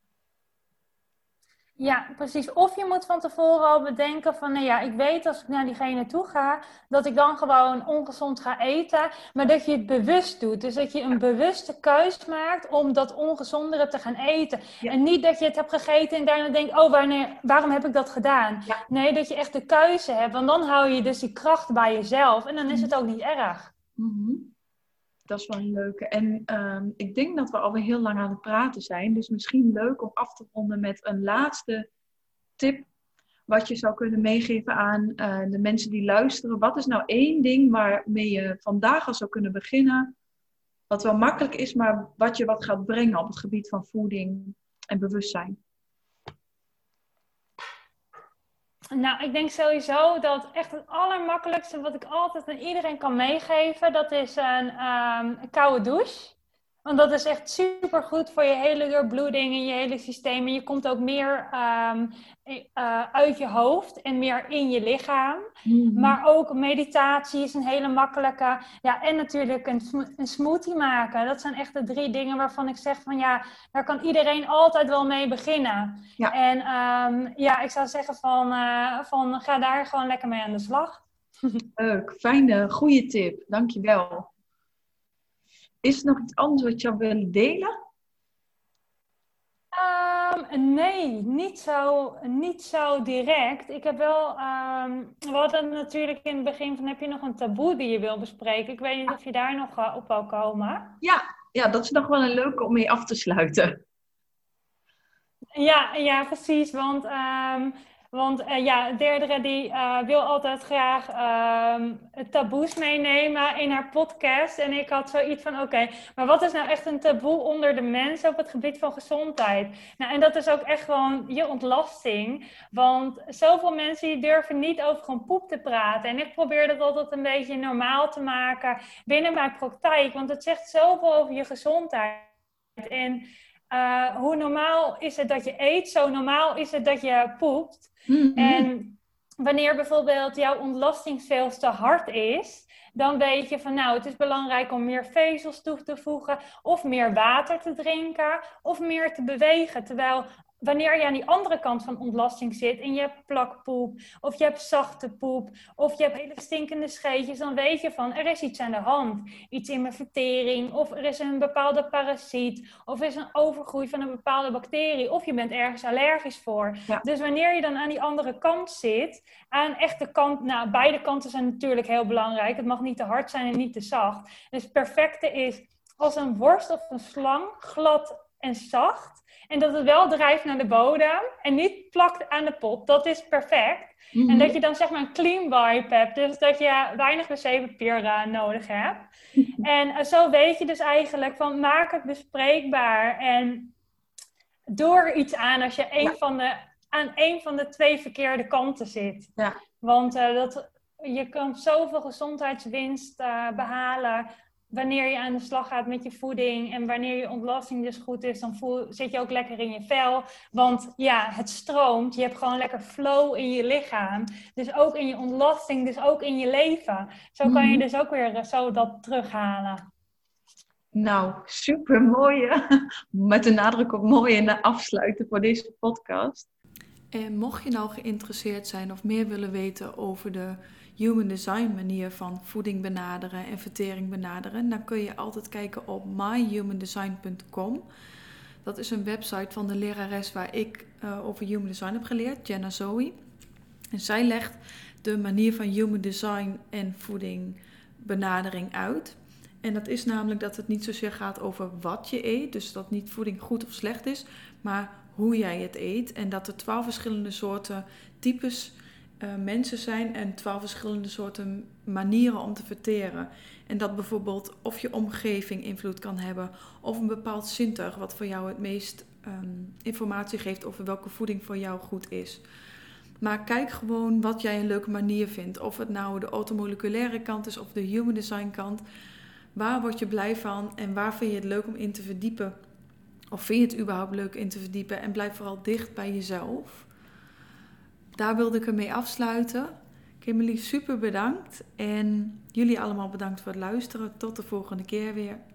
Ja, precies. Of je moet van tevoren al bedenken van, nou ja, ik weet als ik naar diegene toe ga, dat ik dan gewoon ongezond ga eten, maar dat je het bewust doet. Dus dat je een bewuste keus maakt om dat ongezondere te gaan eten. Ja. En niet dat je het hebt gegeten en daarna denkt, oh, wanneer, waarom heb ik dat gedaan? Ja. Nee, dat je echt de keuze hebt, want dan hou je dus die kracht bij jezelf en dan is het ook niet erg. Mm-hmm. Dat is wel een leuke. En um, ik denk dat we alweer heel lang aan het praten zijn. Dus misschien leuk om af te ronden met een laatste tip. Wat je zou kunnen meegeven aan uh, de mensen die luisteren. Wat is nou één ding waarmee je vandaag al zou kunnen beginnen? Wat wel makkelijk is, maar wat je wat gaat brengen op het gebied van voeding en bewustzijn. Nou, ik denk sowieso dat echt het allermakkelijkste wat ik altijd aan iedereen kan meegeven, dat is een, um, een koude douche. Want dat is echt super goed voor je hele doorbloeding en je hele systeem. En je komt ook meer um, uh, uit je hoofd en meer in je lichaam. Mm-hmm. Maar ook meditatie is een hele makkelijke. Ja, en natuurlijk een, sm- een smoothie maken. Dat zijn echt de drie dingen waarvan ik zeg van ja, daar kan iedereen altijd wel mee beginnen. Ja. En um, ja, ik zou zeggen van, uh, van ga daar gewoon lekker mee aan de slag. Leuk, fijne, goede tip. Dankjewel. Is er nog iets anders wat je zou willen delen? Um, nee, niet zo, niet zo direct. Ik heb wel, um, we hadden natuurlijk in het begin van, heb je nog een taboe die je wil bespreken? Ik weet niet of je daar nog uh, op wil komen. Ja, ja, dat is nog wel een leuke om mee af te sluiten. Ja, ja precies, want... Um, Want uh, ja, Deirdre die uh, wil altijd graag uh, taboes meenemen in haar podcast. En ik had zoiets van, oké, okay, maar wat is nou echt een taboe onder de mensen op het gebied van gezondheid? Nou, en dat is ook echt gewoon je ontlasting. Want zoveel mensen die durven niet over gewoon poep te praten. En ik probeer dat altijd een beetje normaal te maken binnen mijn praktijk. Want het zegt zoveel over je gezondheid. En uh, hoe normaal is het dat je eet, zo normaal is het dat je poept. Mm-hmm. En wanneer bijvoorbeeld jouw ontlasting veel te hard is, dan weet je van nou, het is belangrijk om meer vezels toe te voegen of meer water te drinken of meer te bewegen. Terwijl wanneer je aan die andere kant van ontlasting zit en je hebt plakpoep of je hebt zachte poep of je hebt hele stinkende scheetjes, dan weet je van er is iets aan de hand. Iets in mijn vertering of er is een bepaalde parasiet of er is een overgroei van een bepaalde bacterie of je bent ergens allergisch voor. Ja. Dus wanneer je dan aan die andere kant zit, aan echt de kant, nou beide kanten zijn natuurlijk heel belangrijk. Het mag niet te hard zijn en niet te zacht. Dus het perfecte is als een worst of een slang, glad en zacht. En dat het wel drijft naar de bodem en niet plakt aan de pot. Dat is perfect. Mm-hmm. En dat je dan zeg maar een clean wipe hebt. Dus dat je weinig wc-papier uh, nodig hebt. Mm-hmm. En uh, zo weet je dus eigenlijk van maak het bespreekbaar. En doe er iets aan als je een ja. van de, aan een van de twee verkeerde kanten zit. Ja. Want uh, dat, je kan zoveel gezondheidswinst uh, behalen wanneer je aan de slag gaat met je voeding en wanneer je ontlasting dus goed is, dan voel, zit je ook lekker in je vel. Want ja, het stroomt. Je hebt gewoon lekker flow in je lichaam. Dus ook in je ontlasting, dus ook in je leven. Zo kan je dus ook weer zo dat terughalen. Nou, super mooi. Met de nadruk op mooi en afsluiten voor deze podcast. En mocht je nou geïnteresseerd zijn of meer willen weten over de Human Design manier van voeding benaderen en vertering benaderen, dan kun je altijd kijken op my human design punt com. Dat is een website van de lerares waar ik uh, over Human Design heb geleerd, Jenna Zoe. En zij legt de manier van Human Design en voeding benadering uit. En dat is namelijk dat het niet zozeer gaat over wat je eet, dus dat niet voeding goed of slecht is, maar hoe jij het eet. En dat er twaalf verschillende soorten types uh, mensen zijn en twaalf verschillende soorten manieren om te verteren. En dat bijvoorbeeld of je omgeving invloed kan hebben of een bepaald zintuig wat voor jou het meest um, informatie geeft over welke voeding voor jou goed is. Maar kijk gewoon wat jij een leuke manier vindt. Of het nou de automoleculaire kant is of de human design kant. Waar word je blij van en waar vind je het leuk om in te verdiepen? Of vind je het überhaupt leuk in te verdiepen? En blijf vooral dicht bij jezelf. Daar wilde ik ermee afsluiten. Kimberly, super bedankt. En jullie allemaal bedankt voor het luisteren. Tot de volgende keer weer.